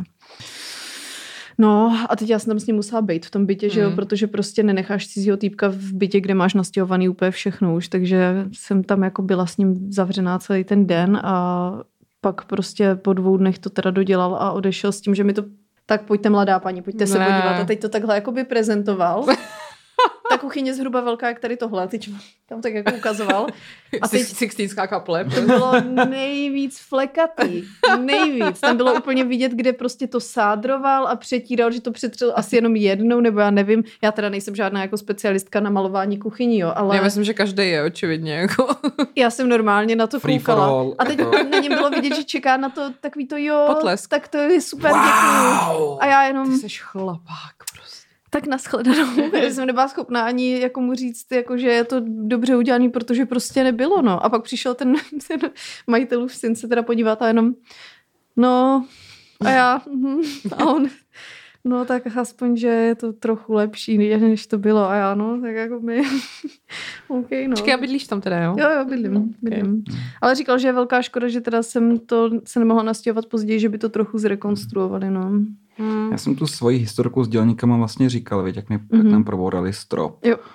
No a teď já jsem tam s ním musela být v tom bytě, mm. že jo, protože prostě nenecháš cizího týpka v bytě, kde máš nastěhovaný úplně všechno už, takže jsem tam jako byla s ním zavřená celý ten den a pak prostě po dvou dnech to teda dodělal a odešel s tím, že mi to, tak pojďte mladá paní, pojďte se ne. podívat a teď to takhle jako by prezentoval. Ta kuchyně zhruba velká, jak tady tohle, teď tam tak jako ukazoval. A teď sixtínská kaple. To bylo nejvíc flekatý, nejvíc. Tam bylo úplně vidět, kde prostě to sádroval a přetíral, že to přetřel asi jenom jednou, nebo já nevím. Já teda nejsem žádná jako specialistka na malování kuchyní, jo, ale... Já myslím, že každý je, očividně. Jako. Já jsem normálně na to Free koukala. all, a teď jako. na něm bylo vidět, že čeká na to takový to jo, potlesk. Tak to je super, wow. děkuju. A já jenom... Ty jsi chlapák prostě. Tak nashledanou, protože jsem nebyla schopná ani jako mu říct, jako, že je to dobře udělaný, protože prostě nebylo, no. A pak přišel ten, ten majitelův syn se teda podívat a jenom, no, a já, a on, no tak aspoň, že je to trochu lepší, než to bylo. A já, no, tak jako my, OK, no. Počkej, a bydlíš tam teda, jo? Jo, jo, bydlím, bydlím. Okay. Ale říkal, že je velká škoda, že teda jsem to se nemohla nastěhovat později, že by to trochu zrekonstruovali, no. Hmm. Já jsem tu svoji historku s dělníkama vlastně říkal, věď, jak mi mm-hmm. tam probourali strop. Jo.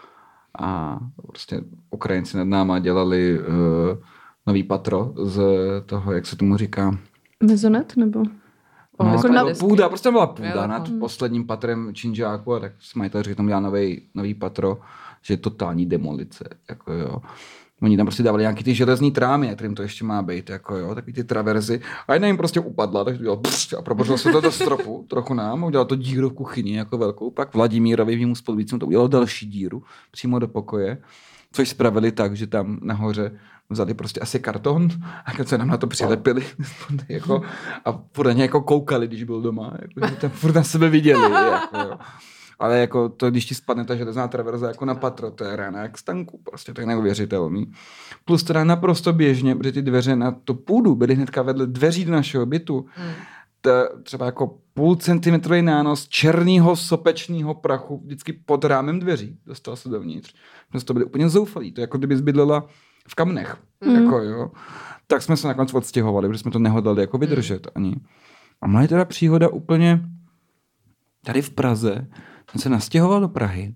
A prostě Ukrajinci nad náma dělali uh, nový patro z toho, jak se tomu říká. Mezonet, nebo? No, jako na... na... půda, prostě byla půda jo, nad hmm. posledním patrem činžáku a tak si majitel říkal, že tam dělá nový, nový patro, že je totální demolice, jako jo. Oni tam prostě dávali nějaký ty železný trámy, kterým to ještě má být, jako jo, takový ty traverzy. A jedna jim prostě upadla, tak to dělal pšt, a probořil se to do stropu, trochu nám, udělal to díru v kuchyni jako velkou, pak Vladimírovi, mému spoluvícímu, to udělal další díru přímo do pokoje, což spravili tak, že tam nahoře vzali prostě asi karton a když se nám na to přilepili jako, a furt na jako koukali, když byl doma, jako, že tam furt na sebe viděli, jako jo. Ale jako to, když ti spadne ta železná traverza jako na patro, to je rána jak stanku, prostě to je neuvěřitelný. Plus teda naprosto běžně, protože ty dveře na tu půdu byly hnedka vedle dveří do našeho bytu. Hmm. To, třeba jako půl centimetrový nános černýho sopečného prachu vždycky pod rámem dveří dostal se dovnitř. Prostě to byly úplně zoufalý, to je jako kdyby zbydlela v kamnech. Hmm. Jako, jo. Tak jsme se nakonec odstěhovali, protože jsme to nehodlali jako vydržet hmm. ani. A má je teda příhoda úplně tady v Praze. Jsem se nastěhoval do Prahy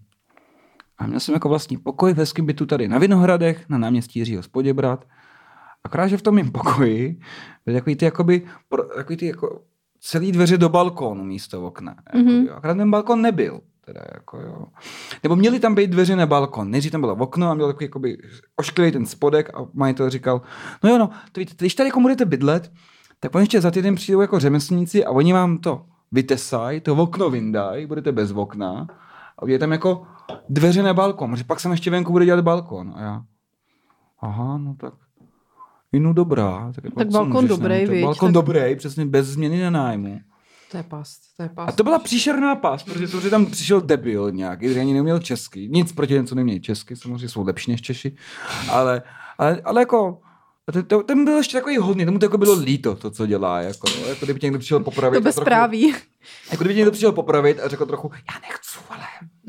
a měl jsem jako vlastní pokoj v hezkém bytu tady na Vinohradech, na náměstí Jiřího z Poděbrad. Akorát, že v tom mém pokoji byly takový ty, jakoby, takový ty jako celý dveře do balkónu místo okna. Mm-hmm. Jakoby, akorát ten balkon nebyl. Teda, jako, jo. Nebo měly tam být dveře na balkon. Nejdřív tam bylo okno a měl takový jakoby, ošklivý ten spodek a majitel říkal, no jo, no, to víte, když tady jako budete bydlet, tak oni ještě za týden přijdou jako řemeslníci a oni vám to vytesají, to okno vyndají, budete bez okna A je tam jako dveře na balkon, že pak jsem ještě venku bude dělat balkon. A já, aha, no tak, no dobrá. Tak, tak balkon dobrý, víš. Balkon tak... dobrý, přesně bez změny na nájmu. To je past, to je past. A to byla příšerná past, protože to, že tam přišel debil nějaký, který ani neuměl česky. Nic proti těm, co neměli česky, samozřejmě jsou lepší než Češi, ale, ale, ale jako, to, to, ten byl ještě takový hodný, tomu to jako bylo líto, to, co dělá, jako, jako kdyby tě někdo přišel popravit. To bezpráví. Jako kdyby tě někdo přišel popravit a řekl trochu, já nechci, ale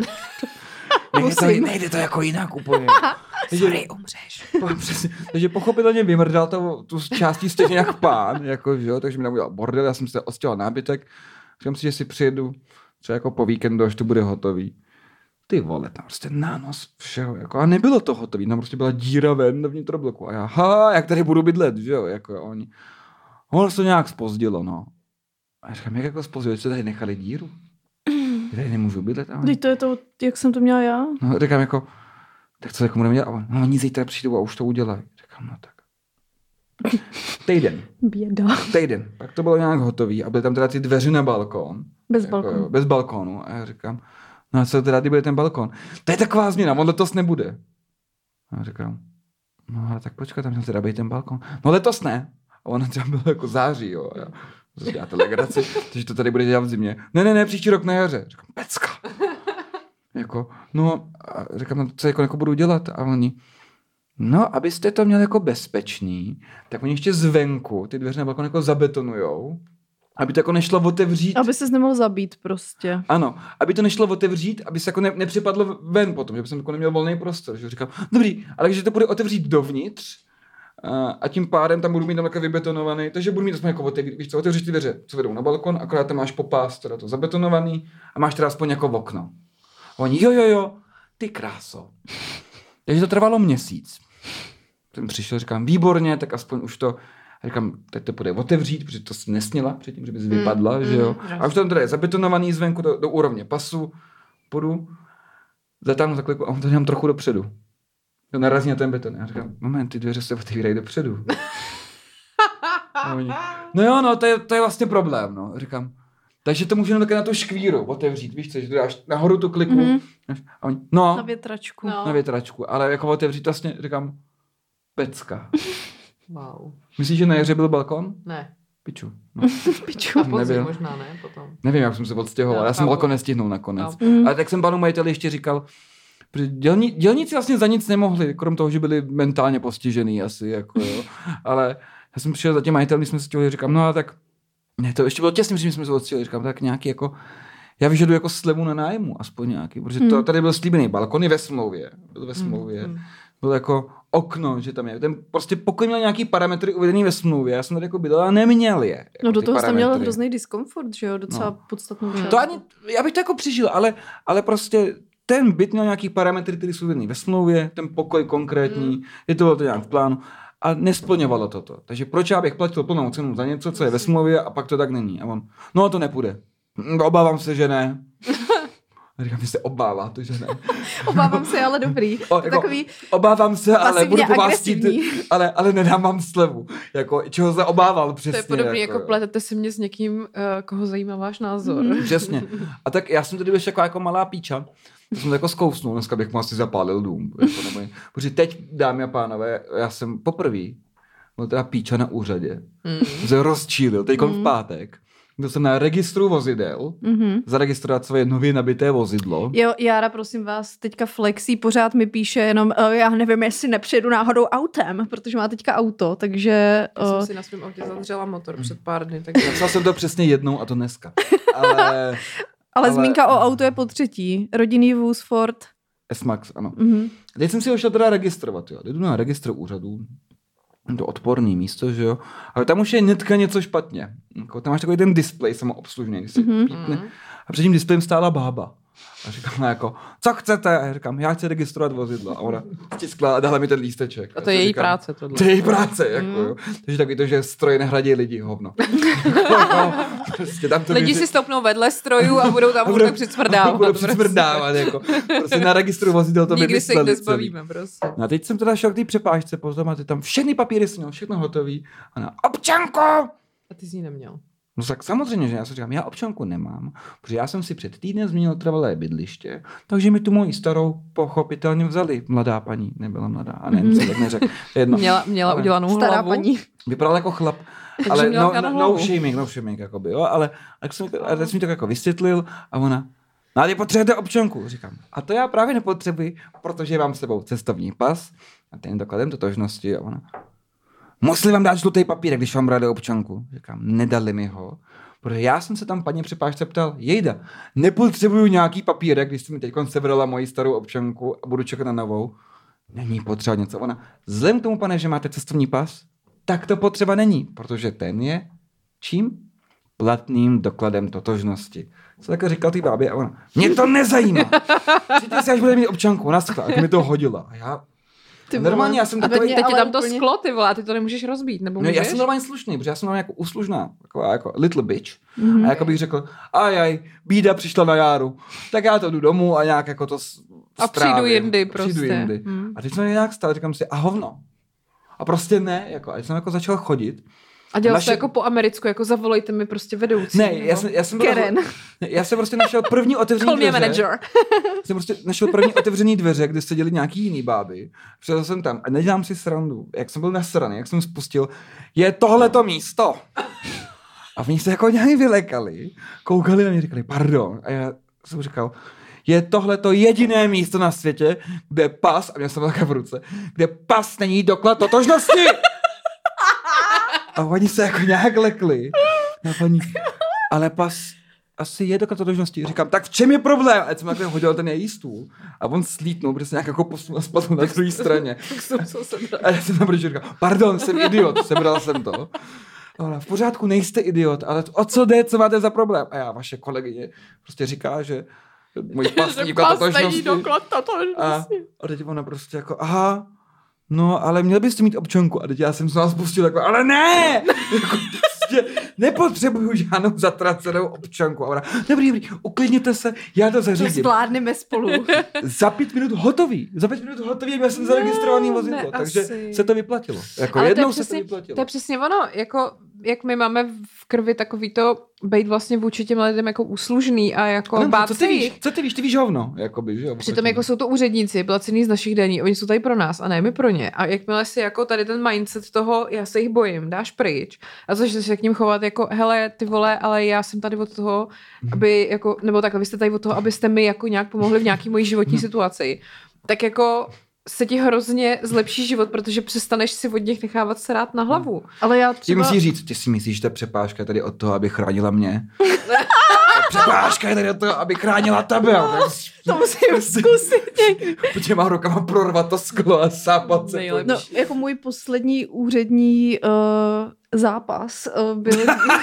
nejde to, nejde to jako jinak úplně. Sorry, umřeš. Přesně, takže pochopitelně vymrdal to, tu částí stejně jak pán, jako, že jo, takže mi tam udělal bordel, já jsem se odstěhoval nábytek, říkám si, že si přijedu třeba jako po víkendu, až to bude hotový. Ty vole, tam prostě nános všeho, jako, a nebylo to hotový, tam prostě byla díra ven do vnitrobloku a já, ha, jak tady budu bydlet, že jo, jako oni. Ono se to nějak zpozdilo, no. A já říkám, jak jako zpozdilo, že se tady nechali díru? Já tady nemůžu bydlet. Teď to je to, jak jsem to měla já. No, říkám jako, tak co jako budeme dělat? A no, oni zítra přijdou a už to udělají. Říkám, no tak. Týden. Běda. Týden. Pak to bylo nějak hotový a byly tam teda ty dveře na balkón. Bez jako, balkónu. Bez balkónu. A já říkám, no a co teda, kdy bude ten balkón? To je taková změna, on letos nebude. A já říkám, no ale tak počkat, tam měl teda být ten balkón. No letos ne. A ono třeba bylo jako září, jo. A já, to děláte legraci, takže to tady bude dělat v zimě. Ne, ne, ne, příští rok na jaře. Říkám, pecka. Jako, no, a říkám, no, co jako, jako budu dělat? A oni, no, abyste to měli jako bezpečný, tak oni ještě zvenku ty dveře na balkon jako zabetonujou, aby to jako nešlo otevřít. Aby ses nemohl zabít prostě. Ano, aby to nešlo otevřít, aby se jako ne, nepřipadlo ven potom, že jsem jako neměl volný prostor. Že říkám, dobrý, ale když to bude otevřít dovnitř, a, a tím pádem tam budu mít tam jako vybetonovaný, takže budu mít aspoň jako otevřít, víš co, otevřeš ty dveře, co vedou na balkon, akorát tam máš popás, teda to zabetonovaný a máš teda aspoň jako okno. A oni, jo, jo, jo, ty kráso. Takže to trvalo měsíc. Jsem přišel, říkám, výborně, tak aspoň už to, říkám, teď to bude otevřít, protože to jsem nesměla předtím, že bys vypadla, mm, že jo. Mm, a už to tam teda je zabetonovaný zvenku do, do úrovně pasu, půjdu, zatáhnu za kliku a on to dělám trochu dopředu. To narazí na ten beton. Já říkám, moment, ty dveře se otevírají dopředu. No jo, no, to je, to je vlastně problém, no. Říkám, takže to můžeme také na tu škvíru otevřít, víš co, že to dáš nahoru tu kliku. Mm-hmm. A oni, no, na větračku. No. Na větračku, ale jako otevřít vlastně, říkám, pecka. Wow. Myslíš, že na jaře byl balkon? Ne. Piču. No. Piču. A podzim možná, ne? Potom. Nevím, jak jsem se odstěhoval, no, já jsem balkon nestihnul nakonec. No. Mm. Ale tak jsem panu majiteli ještě říkal, dělní, dělníci vlastně za nic nemohli, krom toho, že byli mentálně postižený asi, jako jo. Ale já jsem přišel za tím majitelem, když jsme se chtěli, říkám, no a tak, ne, to ještě bylo těsně, že jsme se odstěhli, říkám, tak nějaký jako, já vyžaduji jako slevu na nájmu, aspoň nějaký, protože to, mm. tady byl slíbený balkon, je ve smlouvě, byl ve smlouvě, mm. byl jako okno, že tam je, ten prostě pokoj měl nějaký parametry uvedený ve smlouvě, já jsem tady jako bydlel a neměl je. Jako no do toho jste měl hrozný diskomfort, že jo, docela no. podstatnou část. To ani, já bych to jako přežil, ale, ale prostě ten byt měl nějaký parametry, které jsou uvedený ve smlouvě, ten pokoj konkrétní, mm. je to bylo to nějak v plánu a nesplňovalo toto. Takže proč já bych platil plnou cenu za něco, co je ve smlouvě a pak to tak není. A on, no to nepůjde. Obávám se, že ne. A říkám, že se obává to, že ne. Obávám se, ale dobrý. O, jako, takový obávám se, ale budu po vás chtít, ale, ale nedám vám slevu. Jako, čeho se obával přesně. To je podobně jako, jako pletete si mě s někým, uh, koho zajímá váš názor. Mm. Přesně. A tak já jsem tady byl jako, jako malá píča. To jsem to jako zkousnul, dneska bych mu asi zapálil dům. Jako, nebo, protože teď, dámy a pánové, já jsem poprvé byl teda píča na úřadě. Mm. Se rozčílil, teď mm. v pátek. Byl jsem na registru vozidel, mm-hmm. zaregistrovat svoje nově nabité vozidlo. Jo, Jára, prosím vás, teďka flexí, pořád mi píše jenom, uh, já nevím, jestli nepřijedu náhodou autem, protože má teďka auto, takže... Uh... Já Uh... jsem si na svém autě zadřela motor před pár dny. Takže... Napsal jsem to přesně jednou a to dneska. Ale, ale, ale zmínka o auto je po třetí. Rodinný vůz Ford. S-Max, ano. Mm-hmm. Teď jsem si ho šel teda registrovat, jo. Jdu na registr úřadů. To odporný místo, že jo. Ale tam už je hnedka něco špatně. Jako, tam máš takový ten displej samoobslužný, když si mm-hmm. pípne. A před tím displejem stála bába. A říkám jako, co chcete? A já říkám, já chci registrovat vozidlo. A ona stiskla a dala mi ten lísteček. A to je její říkám, práce tohle. To je její práce, jako mm. jo. Takže takový to, že stroje nehradí lidi, hovno. no, prostě tam to lidi lidi... si stoupnou vedle strojů a budou tam budou přicmrdávat. Budou přicmrdávat, jako. Prostě na registru vozidel to nikdy vymysleli. Nikdy se jich nezbavíme, prostě. No a teď jsem teda šel k té přepážce, pozor, máte tam všechny papíry, jsem měl všechno hotový. A na občanko! A ty jsi ní neměl. No tak samozřejmě, že já si říkám, já občanku nemám, protože já jsem si před týdnem změnil trvalé bydliště, takže mi tu moji starou pochopitelně vzali. Mladá paní, nebyla mladá, a nevím, co tak neřekl. Jedno. Měla, měla ale udělanou Stará hlavu. paní. Vypadal jako chlap, ale no, no, no shaming, no shaming, jakoby, jo, ale tak jsem, a tak jsem mi to jako vysvětlil a ona, no a ty potřebujete občanku, říkám. A to já právě nepotřebuji, protože mám s sebou cestovní pas a ten dokladem totožnosti a ona, museli vám dát žlutý papírek, když vám brali občanku. Říkám, nedali mi ho, protože já jsem se tam paní přepážce ptal, jejda, nepotřebuju nějaký papírek, když jsi mi teď sebrala moji starou občanku a budu čekat na novou. Není potřeba něco. Ona, vzhledem k tomu, pane, že máte cestovní pas, tak to potřeba není, protože ten je čím? Platným dokladem totožnosti. Co takhle říkal ty bábě a ona, mě to nezajímá. Přijďte si, až bude mít občanku, naschle, jak mi to hodila. A já, Ty normálně já jsem A takový... teď, teď je tam to úplně... sklo, ty vole, a ty to nemůžeš rozbít, nebo No, můžeš? já jsem normálně slušný, protože já jsem normálně jako uslužná, taková jako little bitch. Mm-hmm. A jako bych řekl, ajaj, bída přišla na járu, tak já to jdu domů a nějak jako to strávím. A přijdu jindy prostě. Přijdu jindy. Hmm. A teď jsem nějak stál, říkám si, a hovno. A prostě ne, jako, a teď jsem jako začal chodit. A dělal naše... to jako po americku, jako zavolejte mi prostě vedoucí. Ne, já jsem, já jsem byl... Karen. Já jsem prostě našel první otevřený Call me dveře. manager. Jsem prostě našel první otevřený dveře, kde seděli nějaký jiný báby. Přišel jsem tam a nedělám si srandu. Jak jsem byl nasraný, jak jsem spustil, je tohleto místo. A oni se jako nějak vylekali, koukali na mě, říkali, pardon. A já jsem říkal, je tohleto jediné místo na světě, kde pas, a měl jsem také v ruce, kde pas není doklad totožnosti. A oni se jako nějak lekli. A paní, ale pas asi je doklad totožnosti. Říkám, tak v čem je problém? A jsem takhle hodil ten její stůl. A on slítnul, protože se nějak jako posunul a spadl na druhé straně. A já jsem tam říkal, pardon, jsem idiot, sebral jsem to. A ona, v pořádku, nejste idiot, ale o co jde, co máte za problém? A já, vaše kolegyně, prostě říká, že můj pas není doklad totožnosti. doklad totožnosti. A teď ona prostě jako, aha, no, ale měl byste mít občanku. A teď já jsem se nás spustil jako, ale ne! Jako, prostě nepotřebuju žádnou zatracenou občanku. A ona, dobrý, dobrý, uklidněte se, já to To zařídím. zvládneme spolu. Za pět minut hotový. Za pět minut hotový, já jsem zaregistrovaný vozidlo. Takže asi. se to vyplatilo. Jako Ale jednou to je se přesně, to vyplatilo. To je přesně ono, jako, jak my máme v krvi takový to být vlastně vůči těm lidem jako úslužný a jako ano, bát co se ty víš? jich. Co ty víš? Ty víš hovno. Jakoby, že jo, Přitom jako jsou to úředníci, placený z našich daní, oni jsou tady pro nás a ne my pro ně. A jakmile si jako tady ten mindset toho, já se jich bojím, dáš pryč a začneš se k ním chovat jako, hele, ty vole, ale já jsem tady od toho, aby jako, nebo tak, vy jste tady od toho, abyste mi jako nějak pomohli v nějaký mojí životní situaci. Tak jako se ti hrozně zlepší život, protože přestaneš si od nich nechávat srát na hlavu. Ale já Ty třeba... musíš říct, ty si myslíš, že ta přepážka je tady od toho, aby chránila mě? Ta přepážka je tady od toho, aby chránila tebe. To musím zkusit někdy. Těma rukama prorvat to sklo a sápat se. Nejlepší. No, jako můj poslední úřední uh, zápas uh, byl,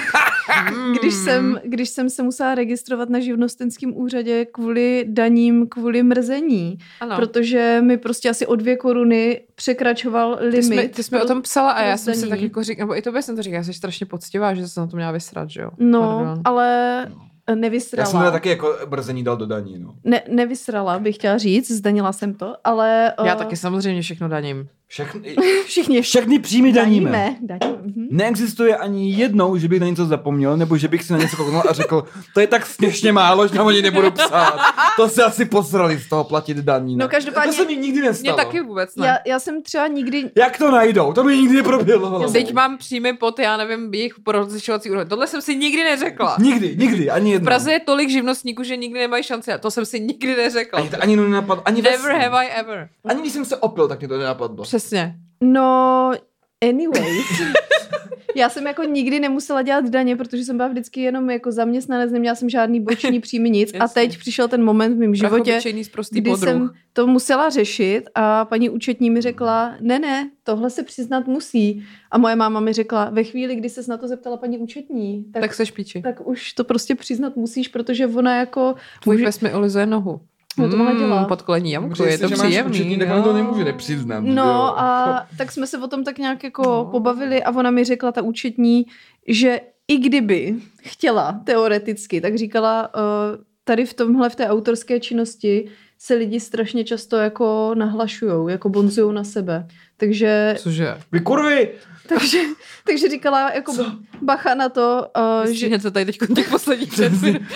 když jsem, když jsem se musela registrovat na živnostenském úřadě kvůli daním, kvůli mrzení. Ano. Protože mi prostě asi o dvě koruny překračoval limit. Ty jsme, ty jsme pro- o tom psala a já pro jsem si zdanění. tak jako říkala, nebo i tobě jsem to říkala, já jsi strašně poctivá, že jsi na to měla vysrat, že jo? No, Pardon. ale Já nevysrala. jsem teda taky jako brzení dal do daní, no. Ne, nevysrala, bych chtěla říct, zdanila jsem to, ale... Já uh, taky samozřejmě všechno daním. Všechny, Všichni všechny příjmy daníme. daníme. daníme. Mhm. Neexistuje ani jednou, že bych na něco zapomněl, nebo že bych si na něco kouknul a řekl, to je tak směšně málo, že na oni nebudu psát. To se asi posrali z toho platit daní. Ne? No každopádně- To se mi nikdy Mně nestalo. taky vůbec ne. Já, já jsem třeba nikdy... Jak to najdou? To mi nikdy neproběhlo hlavou. Teď mám příjmy pod, já nevím, jejich rozlišovací úroveň. Tohle jsem si nikdy neřekla. Nikdy, nikdy, ani V jednou. Praze je tolik živnostníků, že nikdy nemají šanci. To jsem si nikdy neřekla. Ani to ani nenapadlo. Ani ve Never snu. have I ever. Ani když jsem se opil, tak mě to nenapadlo. Přesně. No, anyways. Já jsem jako nikdy nemusela dělat daně, protože jsem byla vždycky jenom jako zaměstnanec, neměla jsem žádný boční příjmy, nic. A Jasně. teď přišel ten moment v mém životě, Prachobyčejný sprostý kdy podruh. jsem to musela řešit a paní účetní mi řekla, ne, ne, tohle se přiznat musí. A moje máma mi řekla, ve chvíli, kdy ses na to zeptala paní účetní, tak, Tak seš píči. tak už to prostě přiznat musíš, protože ona jako... Tvůj může- pes mi olizuje nohu. No to ona dělá. Podkolení jamku, Může je si, to že máš příjemný. účetní, tak ona to nemůže nepřiznat. že jo? No a tak jsme se o tom tak nějak jako No. pobavili a ona mi řekla, ta účetní, že i kdyby chtěla teoreticky, tak říkala, uh, tady v tomhle, v té autorské činnosti se lidi strašně často jako nahlašujou, jako bonzujou na sebe. Takže... Cože? Vy kurvy! Takže, takže říkala jako Co? bacha na to, uh, že... to tady teď těch posledních před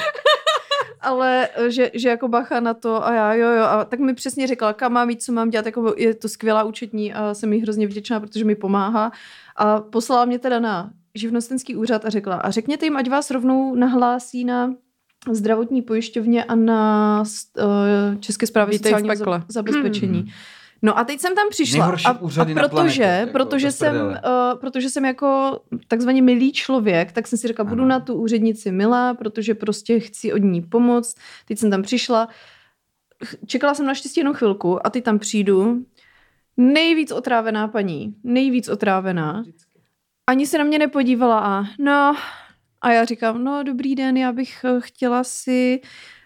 ale že, že jako bacha na to a já jo jo a tak mi přesně řekla, kam mám jít, co mám dělat, jako je to skvělá účetní a jsem jí hrozně vděčná, protože mi pomáhá a poslala mě teda na živnostenský úřad a řekla a řekněte jim, ať vás rovnou nahlásí na zdravotní pojišťovně a na uh, České správě sociálního za, zabezpečení. Hmm. No a teď jsem tam přišla a, a protože, planetě, jako protože, jsem, uh, protože jsem jako takzvaně milý člověk, tak jsem si řekla, budu ano. na tu úřednici milá, protože prostě chci od ní pomoct. Teď jsem tam přišla, čekala jsem naštěstí jenom chvilku a teď tam přijdu. Nejvíc otrávená paní, nejvíc otrávená. Ani se na mě nepodívala a no, a já říkám, no dobrý den, já bych chtěla si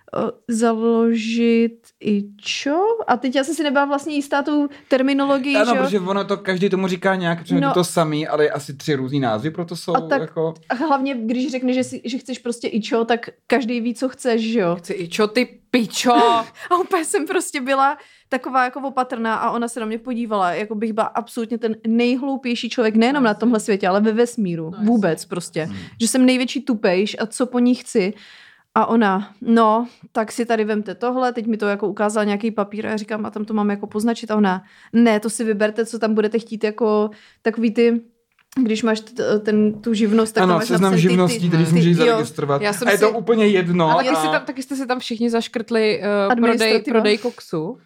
založit i čo? A teď já jsem si nebyla vlastně jistá tou terminologií, ano, že? protože ono to, každý tomu říká nějak, protože no, to samý, ale asi tři různý názvy, proto jsou a tak, jako... A hlavně, když řekneš, že, si, že chceš prostě i čo, tak každý ví, co chceš, že jo? Chci i čo, ty pičo! A úplně jsem prostě byla taková jako opatrná a ona se na mě podívala, jako bych byla absolutně ten nejhloupější člověk, nejenom na tomhle světě, ale ve vesmíru, no, vůbec prostě. Hmm. Že jsem největší tupejš a co po ní chci. A ona, no, tak si tady vemte tohle, teď mi to jako ukázala nějaký papír a já říkám, a tam to mám jako poznačit a ona, ne, to si vyberte, co tam budete chtít, jako takový ty, když máš t- ten, tu živnost, tak ano, tam máš seznam živností, který si můžeš zaregistrovat. Já a je si... to úplně jedno. Ale a... jsi tam, taky jste si tam všichni zaškrtli uh, prodej, prodej koksu. Uh,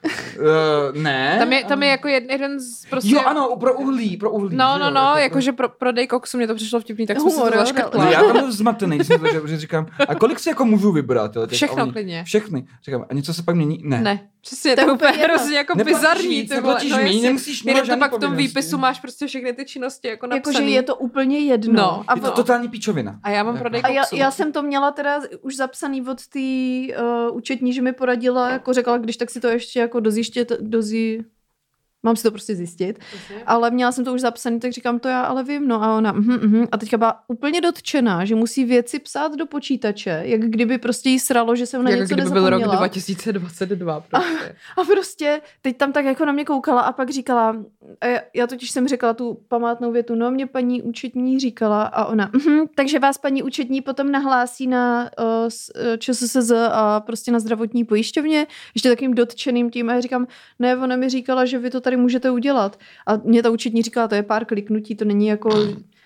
ne. Tam je, tam je jako jeden, jeden z prostě... Jo, ano, pro uhlí, pro uhlí. No, no, no, jakože pro, prodej koksu, mě to přišlo vtipný, tak jsem si to zaškrtla. No, já tam byl zmatený, když jsem to, že říkám, a kolik si jako můžu vybrat? Jo, všechno klidně. Všechny. Říkám, a něco se pak mění? Ne. Ne. Přesně, to je úplně hrozně jako bizarní. Neplatíš míň, nemusíš mít žádný pak v tom výpisu máš prostě všechny ty činnosti jako napsaný. Jakože je to úplně jedno. No, a je to totální píčovina. A já mám prodej koksu. A já, já jsem to měla teda už zapsaný od té uh, účetní, že mi poradila, jako řekla, když tak si to ještě jako dozjiště, dozji... Mám si to prostě zjistit. Přesně. Ale měla jsem to už zapsaný, tak říkám, to já ale vím. No a ona, uh-huh, uh-huh. A teďka byla úplně dotčená, že musí věci psát do počítače, jak kdyby prostě jí sralo, že jsem na jak něco kdyby nezapomněla. byl rok dva tisíce dvacet dva prostě. A, a prostě teď tam tak jako na mě koukala a pak říkala, a já, já totiž jsem řekla tu památnou větu, no mě paní účetní říkala a ona, uh-huh, takže vás paní účetní potom nahlásí na uh, ČSSZ a prostě na zdravotní pojišťovně, ještě takým dotčeným tím a já říkám, ne, ona mi říkala, že vy to tady můžete udělat. A mě ta účetní říkala, to je pár kliknutí, to není jako...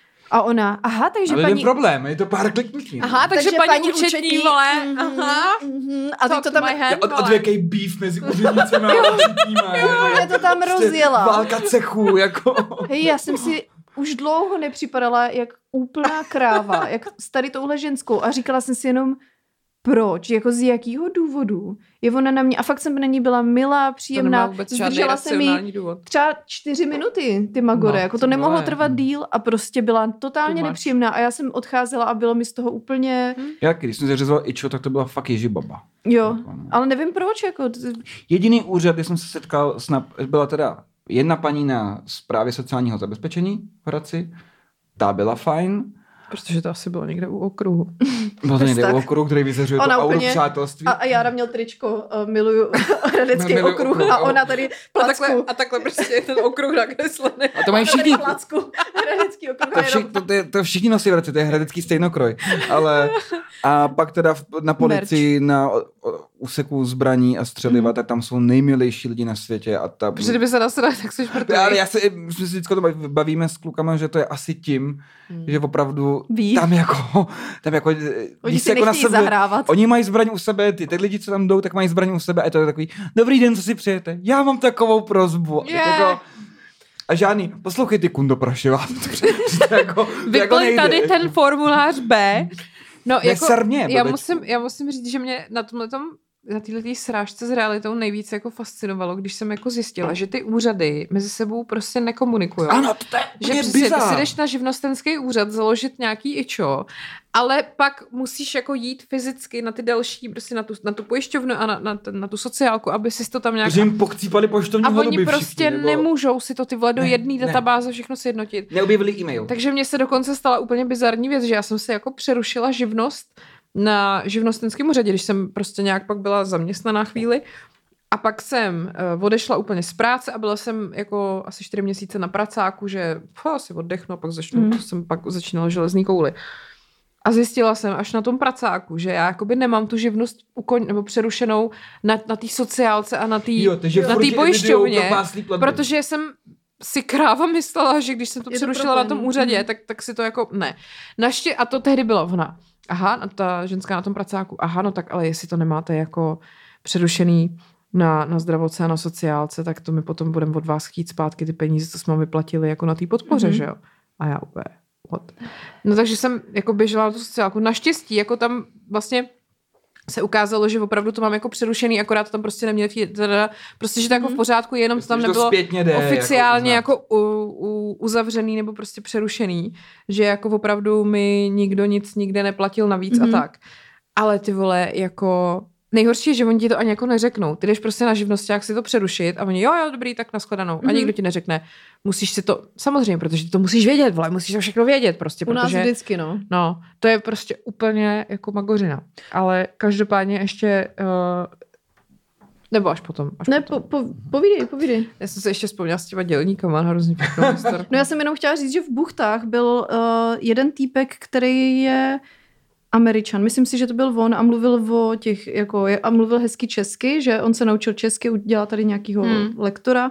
A ona, aha, takže ale paní... Ale problém, je to pár kliknutí. Aha, takže, takže paní, paní účetní, vole, aha. Mm-hmm, a teď to tam... Od, odvěkej beef mezi úřednicemi a účetníma. Jo, je to tam rozjela. Válka cechů, jako... Hej, já jsem si už dlouho nepřipadala jak úplná kráva, jak s tady touhle ženskou a říkala jsem si jenom, proč, jako z jakého důvodu je ona na mě, a fakt jsem na ní byla milá, příjemná, zdržela se mi třeba čtyři minuty, ty magore, no, jako to nemohlo vole. trvat díl a prostě byla totálně nepříjemná a já jsem odcházela a bylo mi z toho úplně... Hm? Já, když jsem zařezovala ičo, tak to byla fakt ježibaba. Jo, jako, no. Ale nevím proč, jako... Jediný úřad, kde jsem se setkal, byla teda jedna paní na správě sociálního zabezpečení v Hradci, ta byla fajn. Protože to asi bylo někde u okruhu. Bylo to někde tak. u okruhu, který vyzařuje to auru přátelství. A, a Jára měl tričko, uh, miluju hradecký miluju okruh, okruh a ona tady placku. A takhle, a takhle prostě je ten okruh nakreslený. A to mají všichni. Placku, hradecký okruh. To, vši, to, to, to všichni nosí v Hradci, to je hradecký stejnokroj. Ale a pak teda na policii, Merch. na úseku zbraní a střeliva, mm. tak tam jsou nejmilejší lidi na světě. A ta... Protože kdyby se nasrali, tak jsi šprtový. Ale já se, my si vždycky to bavíme s klukama, že to je asi tím, mm. že opravdu Ví. tam jako, tam jako, oni si jako na sebe, zahrávat. Oni mají zbraň u sebe, ty, ty lidi, co tam jdou, tak mají zbraň u sebe a to je takový, dobrý den, co si přejete? Já mám takovou prosbu. Yeah. Jako, a žádný, poslouchej ty kundo prašivá. jako, Vyplň jako tady ten formulář B. No, jako, Nesarně, já, musím, já musím říct, že mě na tomhletom na této srážce s realitou nejvíc jako fascinovalo, když jsem jako zjistila, že ty úřady mezi sebou prostě nekomunikují. Ano, to je že prostě ty si jdeš na živnostenský úřad založit nějaký ičo, ale pak musíš jako jít fyzicky na ty další, prostě na tu, na tu pojišťovnu a na, na, na tu sociálku, aby si to tam nějak... Protože jim pochcípali poštovní a hlodoby oni prostě všichni, nebo... nemůžou si to ty vole do ne, jedné ne. databáze všechno sjednotit. Neobjevili e-mail. Takže mně se dokonce stala úplně bizarní věc, že já jsem si jako přerušila živnost na živnostenském úřadě, když jsem prostě nějak pak byla zaměstnaná chvíli A pak jsem uh, odešla úplně z práce a byla jsem jako asi čtyři měsíce na pracáku, že pff, asi oddechnu a pak začnu, mm. jsem pak začínala železný kouli. A zjistila jsem až na tom pracáku, že já jakoby nemám tu živnost ukon, nebo přerušenou na, na té sociálce a na té pojišťovně, protože jsem si kráva myslela, že když jsem to je přerušila to na tom úřadě, mm. tak, tak si to jako ne. Naště, a to tehdy bylo ona. Aha, ta ženská na tom pracáku. Aha, no tak ale jestli to nemáte jako přerušený na, na zdravotce a na sociálce, tak to my potom budeme od vás chtít zpátky ty peníze, co jsme vyplatili jako na té podpoře, mm. že jo? A já úplně, what? No takže jsem jako běžela na tu sociálku. Naštěstí, jako tam vlastně se ukázalo, že opravdu to mám jako přerušený, akorát to tam prostě neměli, teda, prostě, že to jako v pořádku, jenom to tam nebylo jde, oficiálně jako, jako u, u, uzavřený nebo prostě přerušený, že jako opravdu mi nikdo nic nikde neplatil navíc mm-hmm. a tak. Ale ty vole, jako nejhorší je, že oni ti to ani jako neřeknou. Ty jdeš prostě na živnosťák si to přerušit a oni jo, jo, dobrý, tak nashledanou. Mm-hmm. A nikdo ti neřekne, musíš si to, samozřejmě, protože ty to musíš vědět, vole, musíš to všechno vědět prostě. U nás protože, vždycky, no. No, to je prostě úplně jako magořina. Ale každopádně ještě, uh, nebo až potom. Až ne, potom. Po, po, povídej, povídej. Já jsem se ještě vzpomněla s těma dělníkama, hrozně pěknou historku. No já jsem jenom chtěla říct, že v Buchtách byl uh, jeden týpek, který je Američan. Myslím si, že to byl on a mluvil o těch, jako, a mluvil hezky česky, že on se naučil česky, udělal tady nějakýho hmm. lektora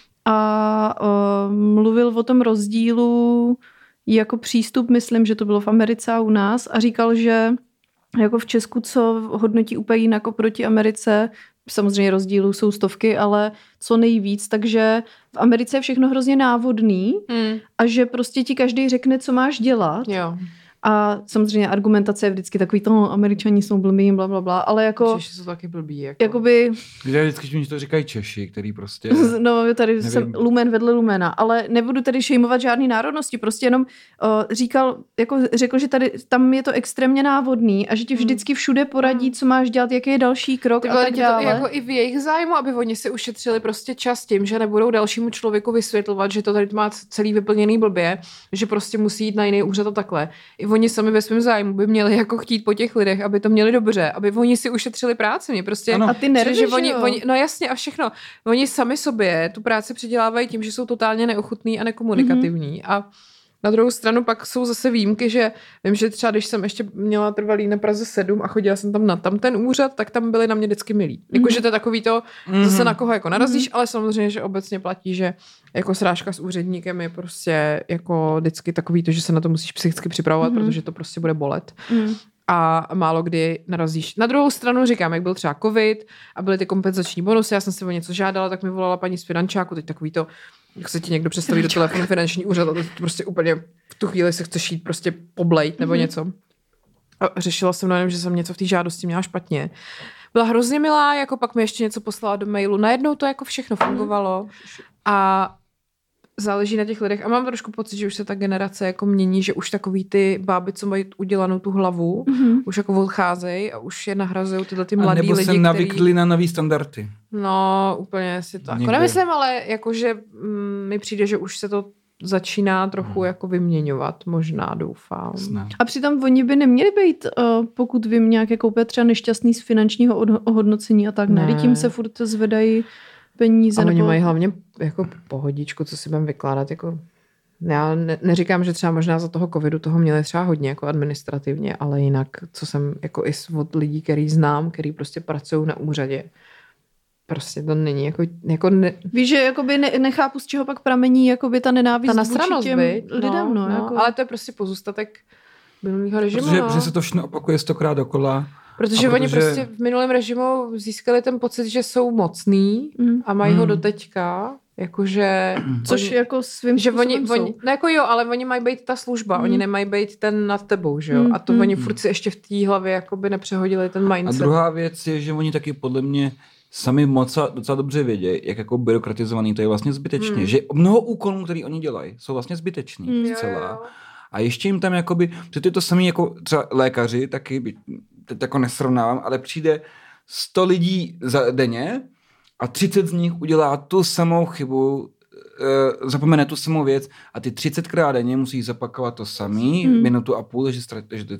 a uh, mluvil o tom rozdílu jako přístup, myslím, že to bylo v Americe a u nás a říkal, že jako v Česku, co hodnotí úplně jinak oproti Americe, samozřejmě rozdílů jsou stovky, ale co nejvíc, takže v Americe je všechno hrozně návodný hmm. a že prostě ti každý řekne, co máš dělat. Jo. A samozřejmě argumentace je vždycky takový, to Američani jsou blbý, bla, bla, bla, ale jako... Češi jsou taky blbý, jako... Jakoby... Já vždycky, že to říkají Češi, který prostě... No, tady jsem lumen vedle lumena, ale nebudu tady šejmovat žádný národnosti, prostě jenom uh, říkal, jako řekl, že tady, tam je to extrémně návodný a že ti vždycky všude poradí, co máš dělat, jaký je další krok a tak dále. To jako i v jejich zájmu, aby oni si ušetřili prostě čas tím, že nebudou dalšímu člověku vysvětlovat, že to tady má celý vyplněný blbě, že prostě musí jít na jiný úřad a takhle. I oni sami ve svém zájmu by měli jako chtít po těch lidech, aby to měli dobře, aby oni si ušetřili práci. Mě prostě, a ty nervy, že oni, oni, no jasně a všechno. Oni sami sobě tu práci přidělávají tím, že jsou totálně neochutný a nekomunikativní. Mm-hmm. A na druhou stranu pak jsou zase výjimky, že vím, že třeba když jsem ještě měla trvalý na Praze sedm a chodila jsem tam na tam ten úřad, tak tam byli na mě vždycky milí. Mm-hmm. Jakože to je takový to, mm-hmm. zase na koho jako narazíš, mm-hmm. ale samozřejmě, že obecně platí, že jako srážka s úředníkem je prostě jako vždycky takový to, že se na to musíš psychicky připravovat, mm-hmm. protože to prostě bude bolet. Mm-hmm. A málo kdy narazíš. Na druhou stranu říkám, jak byl třeba covid a byly ty kompenzační bonusy, já jsem si o něco žádala, tak mi volala paní z finančáku, teď takový to, jak se ti někdo představí do telefonu finanční úřad a to prostě úplně v tu chvíli se chceš jít prostě poblejt nebo mm-hmm. něco. A řešila jsem jenom, že jsem něco v té žádosti měla špatně. Byla hrozně milá, jako pak mi ještě něco poslala do mailu. Najednou to jako všechno fungovalo a záleží na těch lidech. A mám trošku pocit, že už se ta generace jako mění, že už takový ty báby, co mají udělanou tu hlavu, mm-hmm. už jako odcházejí a už je nahrazují tyhle ty mladý lidi, nebo se navykli který... na nový standardy. No, úplně si to jako nemyslím, ale jakože mm, mi přijde, že už se to začíná trochu hmm. jako vyměňovat, možná doufám. Snad. A přitom oni by neměli být, uh, pokud vím, nějak jako úplně třeba nešťastný z finančního ohodnocení a tak, ne? ne. Tím se furt zvedají peníze. A nebo... oni mají hlavně jako pohodičku, co si budeme vykládat, jako já ne, neříkám, že třeba možná za toho covidu toho měli třeba hodně jako administrativně, ale jinak, co jsem jako i od lidí, který znám, který prostě pracují na úřadě, prostě to není jako... jako ne... Víš, že jakoby ne, nechápu, z čeho pak pramení jakoby ta nenávist ta vůči těm lidem. No, no, no, jako... Ale to je prostě pozůstatek minulého režimu. Protože, no. protože se to všechno opakuje stokrát dokola. Protože, protože oni prostě v minulém režimu získali ten pocit, že jsou mocný mm. a mají mm. ho doteďka. Jakože... Což oni, jako svým že způsobem oni, jsou. Oni, no jako jo, ale oni mají být ta služba. Mm. Oni nemají být ten nad tebou, že jo? Mm. A to mm. oni furt si ještě v té hlavě jakoby nepřehodili ten mindset. A druhá věc je, že oni taky podle mě sami moc docela dobře vědí, jak jako byrokratizovaný to je vlastně zbytečně. Hmm. Že mnoho úkolů, který oni dělají, jsou vlastně zbytečný hmm. zcela. Jo, jo. A ještě jim tam jakoby, protože to je to samé jako třeba lékaři, taky teď jako nesrovnávám, ale přijde sto lidí za denně a třicet z nich udělá tu samou chybu, e, zapomene tu samou věc a ty třicetkrát denně musí zapakovat to samý, hmm. minutu a půl, že, že to je třeba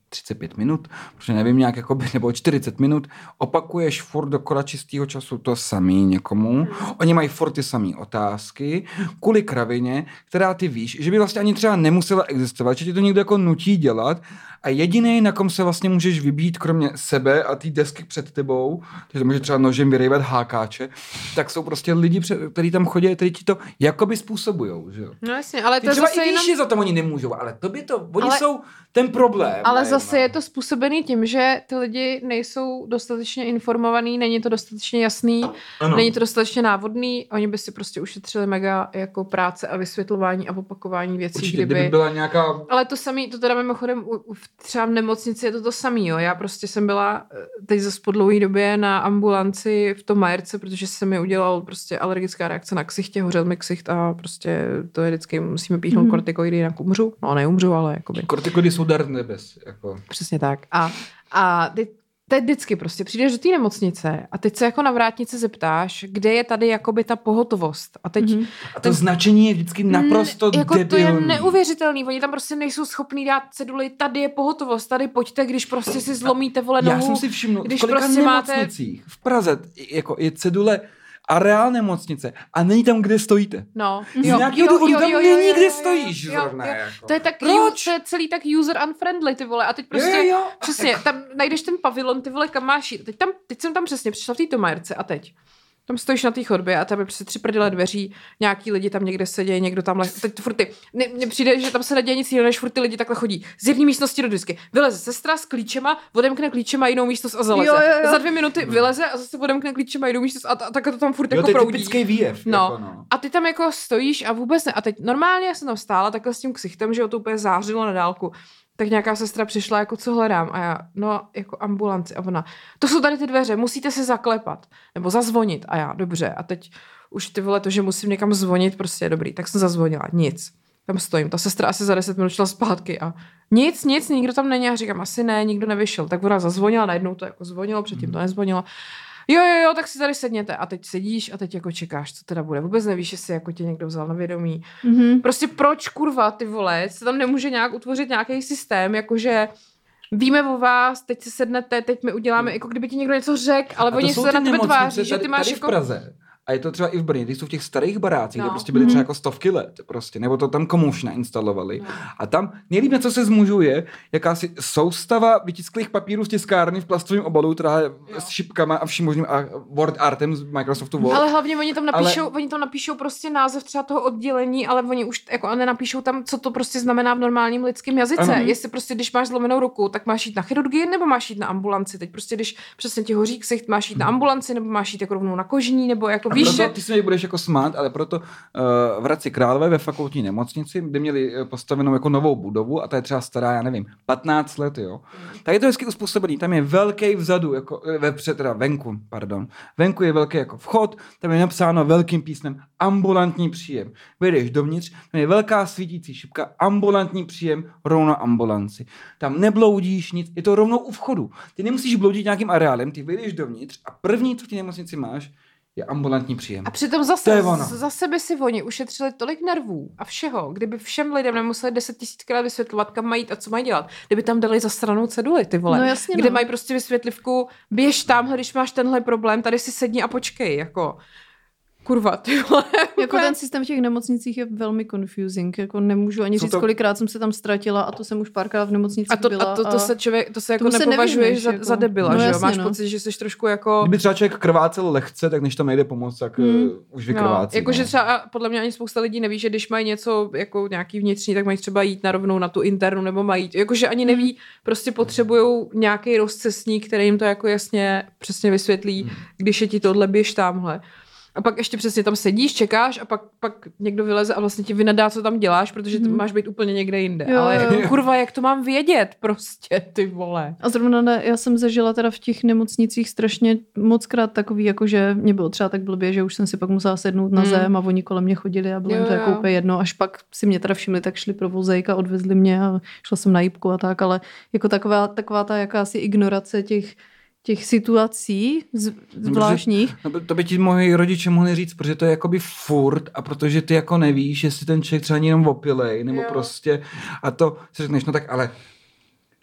třicet pět minut, protože nevím, nějak jako by, nebo čtyřicet minut, opakuješ furt dokola čistého času to samý někomu, oni mají furt ty samé otázky, kvůli kravině, která ty víš, že by vlastně ani třeba nemusela existovat, že ti to někdo jako nutí dělat a jediný, na kom se vlastně můžeš vybít, kromě sebe a té desky před tebou, takže může třeba nožem vyrejvat hákáče, tak jsou prostě lidi, kteří tam chodí, kteří ti to jakoby způsobujou, že jo. No jasně, ale ty to třeba zase i víš, jenom... že za to oni nemůžou, ale tobě to, oni ale... jsou ten problém. Ale ne, zase ne. je to způsobený tím, že ty lidi nejsou dostatečně informovaný, není to dostatečně jasný, ano. Není to dostatečně návodný, oni by si prostě ušetřili mega jako práce a vysvětlování a opakování věcí, určitě, kdyby... kdyby byla nějaká... Ale to samý, to teda mimochodem u, u, třeba v nemocnici je to to samý, jo. Já prostě jsem byla teď zase po dlouhé době na ambulanci v tom Majerce, protože se mi udělal prostě alergická reakce na ksichtě, hořel mi ksicht a prostě to je vždycky, musíme píchnout mm. kortikoidy, jinak umřu. No neumřu, ale jakoby... Kortikoidy jsou dar nebes. Jako. Přesně tak. A, a ty, teď vždycky prostě přijdeš do té nemocnice a teď se jako na vrátnici zeptáš, kde je tady jakoby ta pohotovost. A teď... Mm-hmm. A to ten, značení je vždycky naprosto jako debilní. To je neuvěřitelný. Oni tam prostě nejsou schopní dát ceduly, tady je pohotovost, tady pojďte, když prostě si zlomíte vole nohu. Já jsem si všiml, když v kolika prostě nemocnicích máte... v Praze jako je cedule areál nemocnice a není tam, kde stojíte. No. Z nějakého důvodu tam není, kde stojíš jo, zrovna. Jo. Jako. To je tak, Proč? to je celý tak user unfriendly, ty vole. A teď prostě, jo, jo. přesně, tam najdeš ten pavilon, ty vole, kam máš jít. Teď, tam, teď jsem tam přesně přišla v té Tomajerce a teď. Tam stojíš na té chodbě a tam je přesně tři prdele dveří, nějaký lidi tam někde sedějí, někdo tam leží. Teď furt ty, mně přijde, že tam se neděje nic jiného, než furt ty lidi takhle chodí. Z jedné místnosti do disky. Vyleze sestra s klíčema, odemkne klíčema jinou místnost a zaleze. Jo, jo, jo. Za dvě minuty vyleze a zase odemkne klíčema jinou místnost a, a tak to tam furt jo, jako proudí. Typický výjev. No. Jako no. A ty tam jako stojíš a vůbec ne. A teď normálně já jsem tam stála takhle s tím ksichtem, že to úplně zářilo na dálku. Tak nějaká sestra přišla, jako co hledám a já, no jako ambulanci a ona, to jsou tady ty dveře, musíte se zaklepat nebo zazvonit a já, dobře a teď už ty vole to, že musím někam zvonit, prostě je dobrý, tak jsem zazvonila, nic, tam stojím, ta sestra asi za deset minut šla zpátky a nic, nic, nikdo tam není a říkám, asi ne, nikdo nevyšel, tak ona zazvonila, najednou to jako zvonilo, předtím to nezvonilo. Jo, jo, jo, tak si tady sedněte. A teď sedíš a teď jako čekáš, co teda bude. Vůbec nevíš, jestli jako tě někdo vzal na vědomí. Mm-hmm. Prostě proč, kurva, ty vole, se tam nemůže nějak utvořit nějaký systém, jakože víme o vás, teď si sednete, teď my uděláme, jako kdyby ti někdo něco řekl, ale oni se na tebe tváří, že ty máš tady jako... v Praze. A je to třeba i v Brně, ty jsou v těch starých barácích, no. Kde prostě byly mm-hmm. třeba jako stovky let, prostě, nebo to tam komu už nainstalovali. No. A tam nejlíp, na co se zmůžou, je jakási soustava vytisklých papírů z tiskárny v plastovém obalu, která je no. s šipkama a vším možným a Word artem z Microsoftu Word. Ale hlavně oni tam napíšou, ale... oni tam napíšou prostě název třeba toho oddělení, ale oni už jako nenapíšou tam, co to prostě znamená v normálním lidském jazyce. Ano. Jestli prostě, když máš zlomenou ruku, tak máš jít na chirurgii nebo máš jít na ambulanci. Teď prostě, když přesně ti hoří ksicht, máš jít na ambulanci nebo máš jít jako rovnou na kožní, nebo jako víš, že... Ty se budeš jako smát, ale proto uh, v Hradci Králové ve fakultní nemocnici, kde měli postavenou jako novou budovu a ta je třeba stará, já nevím, patnáct let, jo. Tak je to hezky uspůsobený, tam je velký vzadu, jako vepřed, teda venku, pardon. Venku je velký jako vchod, tam je napsáno velkým písmem ambulantní příjem. Vyjdeš dovnitř, tam je velká svítící šipka, ambulantní příjem, rovno ambulanci. Tam nebloudíš nic, je to rovnou u vchodu. Ty nemusíš bloudit nějakým areálem, ty vyjdeš dovnitř a první, co v té nemocnici máš, je ambulantní příjem. A přitom zase, zase by si oni ušetřili tolik nervů a všeho, kdyby všem lidem nemuseli deset tisíckrát vysvětlovat, kam mají a co mají dělat. Kdyby tam dali zasranou ceduli, ty vole. No jasně, kde no. mají prostě vysvětlivku, běž tamhle, když máš tenhle problém, tady si sedni a počkej, jako... Kurva, ty vole. Jako ten systém v těch nemocnicích je velmi confusing, jako nemůžu ani říct, to... kolikrát jsem se tam ztratila a to jsem už párkrát v nemocnici a to, byla. A to, to, a... se člověk, to se jako nepovažuješ za, jako... za debila, no, že jo? Máš no. pocit, že jsi trošku jako... Kdyby třeba člověk krvácel lehce, tak než tam nejde pomoct, tak hmm. uh, už vykrvácí. No, jakože třeba podle mě ani spousta lidí neví, že když mají něco jako nějaký vnitřní, tak mají třeba jít na rovnou na tu internu nebo mají, jakože ani neví, prostě potřebujou nějaký rozcestník, který jim to jako jasně přesně vysvětlí, hmm. když je ti tohle, běž tamhle. A pak ještě přesně tam sedíš, čekáš a pak, pak někdo vyleze a vlastně ti vynadá, co tam děláš, protože mm. máš být úplně někde jinde. Jo, ale jo. kurva, jak to mám vědět prostě, ty vole. A zrovna ne, já jsem zažila teda v těch nemocnicích strašně mockrát takový, jakože mě bylo třeba tak blbě, že už jsem si pak musela sednout na mm. zem a oni kolem mě chodili a bylo jim to jako úplně jedno. Až pak si mě teda všimli, tak šli pro vozejk a odvezli mě a šla jsem na jípku a tak, ale jako taková, taková ta jakási ignorace těch těch situací zvláštních. No, to by ti moji rodiče mohli říct, protože to je jakoby furt a protože ty jako nevíš, jestli ten člověk třeba jenom opilej, nebo jo. prostě a to si řekneš, no tak ale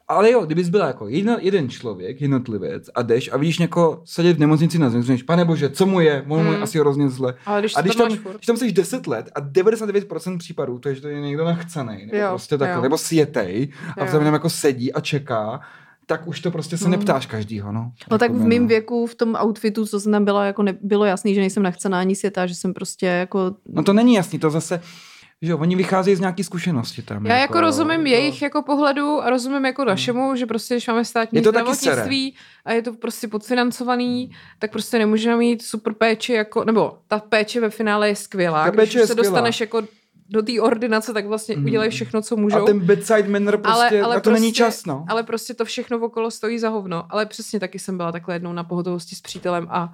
Ale jo, kdybys byla jako jedna, jeden člověk, jednotlivec a jdeš a vidíš někoho sedět v nemocnici na zem, říkáš, pane bože, co mu je, on mu je Mm. asi hrozně zle. Ale když A když tam, tam, máš furt. když tam jsi deset let a devadesát devět procent případů, to je, že to je někdo nachcenej, nebo Jo, prostě takhle, jo. nebo sjetej a Jo. v tom jako sedí a čeká, tak už to prostě se Mm. neptáš každýho, no. No tak v Jakoby, mém no. věku, v tom outfitu, co jsem tam byla, jako ne, bylo jasný, že nejsem nachcená ani světa, že jsem prostě jako... No to není jasný, to zase, že jo, oni vycházejí z nějaký zkušenosti tam. Já jako rozumím to... jejich jako pohledu a rozumím jako našemu, že prostě, když máme státní Je to taky zdravotnictví a je to prostě podfinancovaný, tak prostě nemůžeme mít super péči jako, nebo ta péče ve finále je skvělá. Ta Když péče už je se skvělá. dostaneš jako do té ordinace, tak vlastně Mm. udělají všechno, co můžou. A ten bedside manner prostě, ale, ale na to prostě, není čas, no. Ale prostě to všechno okolo stojí za hovno. Ale přesně taky jsem byla takhle jednou na pohotovosti s přítelem a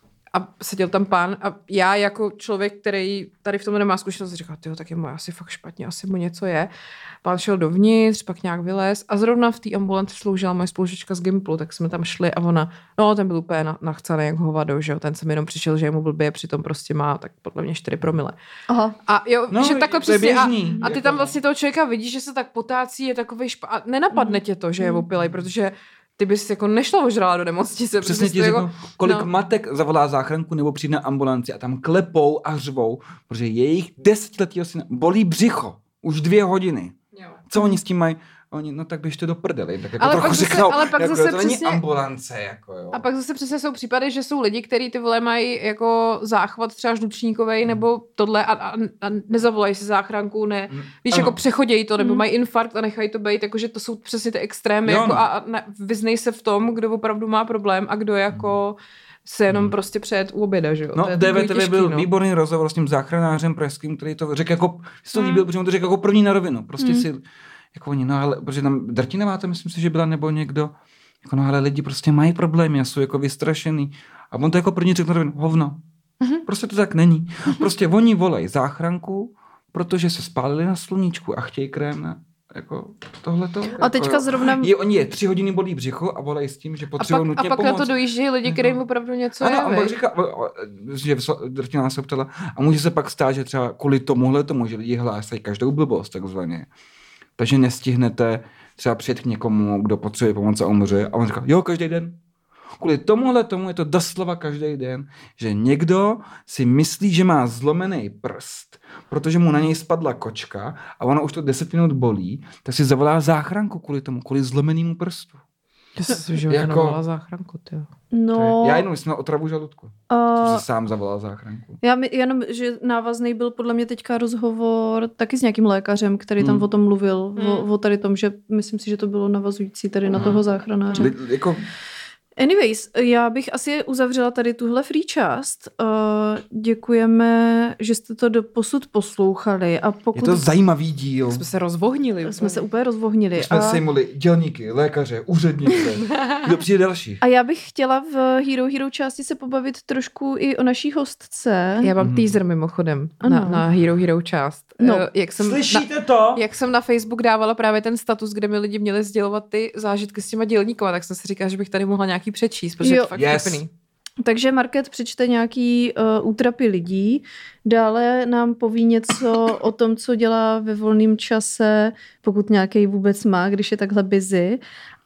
a seděl tam pán a já jako člověk, který tady v tom nemá zkušenost, říkal, tyjo, tak je mu asi fakt špatně, asi mu něco je. Pán šel dovnitř, pak nějak vylez a zrovna v té ambulanci sloužila moje spolužečka z Gimplu, tak jsme tam šli a ona, no ten byl úplně na, nachcaný jak hovado, že jo, ten jsem jenom přišel, že je mu blbě, přitom prostě má tak podle mě čtyři promile. Aha. A jo, No, že takhle to je přesně a, běžný, a ty jako tam no. vlastně toho člověka vidíš, že se tak potácí, je takovej špa... a nenapadne tě to, že je opilej, protože ty bys jako nešla ožrala do nemocnice. Přesně protože ti to řeknu, jako, kolik no. matek zavolá záchranku nebo přijde na ambulanci a tam klepou a řvou, protože jejich desetiletýho syna bolí břicho. Už dvě hodiny. Jo. Co oni s tím mají? Oni, no tak běžte do prdeli. Tak jako Ale trochu pak zase- řeknou, ale pak jako, zase to není přesně- ambulance, jako jo. A pak zase přesně jsou případy, že jsou lidi, kteří ty vole mají jako záchvat třeba žlučníkovej nebo tohle a, a, a nezavolají si záchranku, ne, Mm, víš, ano. jako přechodějí to, nebo Mm. mají infarkt a nechají to být, jakože to jsou přesně ty extrémy Jo, jako, no. a, a ne, vyznej se v tom, kdo opravdu má problém a kdo jako se jenom Mm. prostě přejet u oběda, že jo. No, To je v takový D V T V těžký, byl no. výborný rozhovor s tím záchranářem pražským, který to řekl jako, mi se to Mm. líbil, protože on to řekl jako první na rovinu. Prostě Mm. si, jako oni, no ale, protože tam Drtinová to myslím si, že byla, nebo někdo, jako no ale lidi prostě mají problémy a jsou jako vystrašený. A on to jako první řekl na rovinu, hovno. Mhm. Prostě to tak není. Prostě oni volají záchranku, protože se spálili na sluníčku a chtějí krém na jako tohleto. A teďka jako, zrovna... je, oni je tři hodiny bolí břicho a volají s tím, že A potřebují pak, a nutně pak na pomoct. to dojíždějí lidi, kterým opravdu něco Ano, je, a pak viď? říká, že Drtinová se ptala, a může se pak stát, že třeba kvůli tomuhle tomu, že lidi hlásají každou blbost takzvaně, takže nestihnete třeba přijet k někomu, kdo potřebuje pomoc a umře. A on říká, jo, každý den. Kvůli tomuhle tomu je to doslova každý den, že někdo si myslí, že má zlomený prst, protože mu na něj spadla kočka a ono už to deset minut bolí, tak si zavolá záchranku kvůli tomu, kvůli zlomenému prstu. Já jsem v životě Jako- nevolala záchranku, tyjo. No, Já jenom jsem měl otravu žaludku. a- Jsem si sám zavolal záchranku. Já mi, jenom, že návazný byl podle mě teďka rozhovor taky s nějakým lékařem, který tam Hmm. o tom mluvil, Hmm. o, o tady tom, že myslím si, že to bylo navazující tady na Hmm. toho záchranáře. Li- Jako, Anyways, já bych asi uzavřela tady tuhle free část. Uh, děkujeme, že jste to do posud poslouchali a je pokud to zajímavý díl. Jsme se rozvohnili. jsme se úplně rozvohnili. Jsme A, sejmuli dělníky, lékaře, úřednice. Kdo přijde další? a já bych chtěla v Hero Hero části se pobavit trošku i o naší hostce. Já mám Mhm. teaser mimochodem Ano. na, na Hero Hero část. No. Eh, Jak jsem na, Slyšíte to? jak jsem na Facebook dávala právě ten status, kde mi lidi měli sdělovat ty zážitky s těma dělníkama, tak jsem si říkala, že bych tady mohla nějaký přečíst, protože Jo. je to fakt Yes. vtipný. Takže Market přečte nějaký uh, útrapy lidí, dále nám poví něco o tom, co dělá ve volném čase, pokud nějaký vůbec má, když je takhle busy.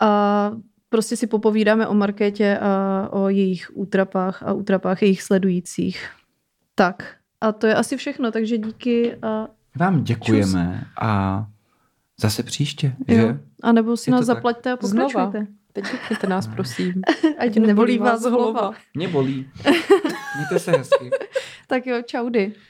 A prostě si popovídáme o Markétě a o jejich útrapách a útrapách jejich sledujících. Tak, a to je asi všechno, takže díky a Vám děkujeme a zase příště, že? jo. A nebo si Je to nás tak. zaplaťte a Znova. pokračujte. Teď děkněte nás, prosím. Ať nebolí vás hlava. Mě bolí. Mějte se hezky. Tak jo, čaudy.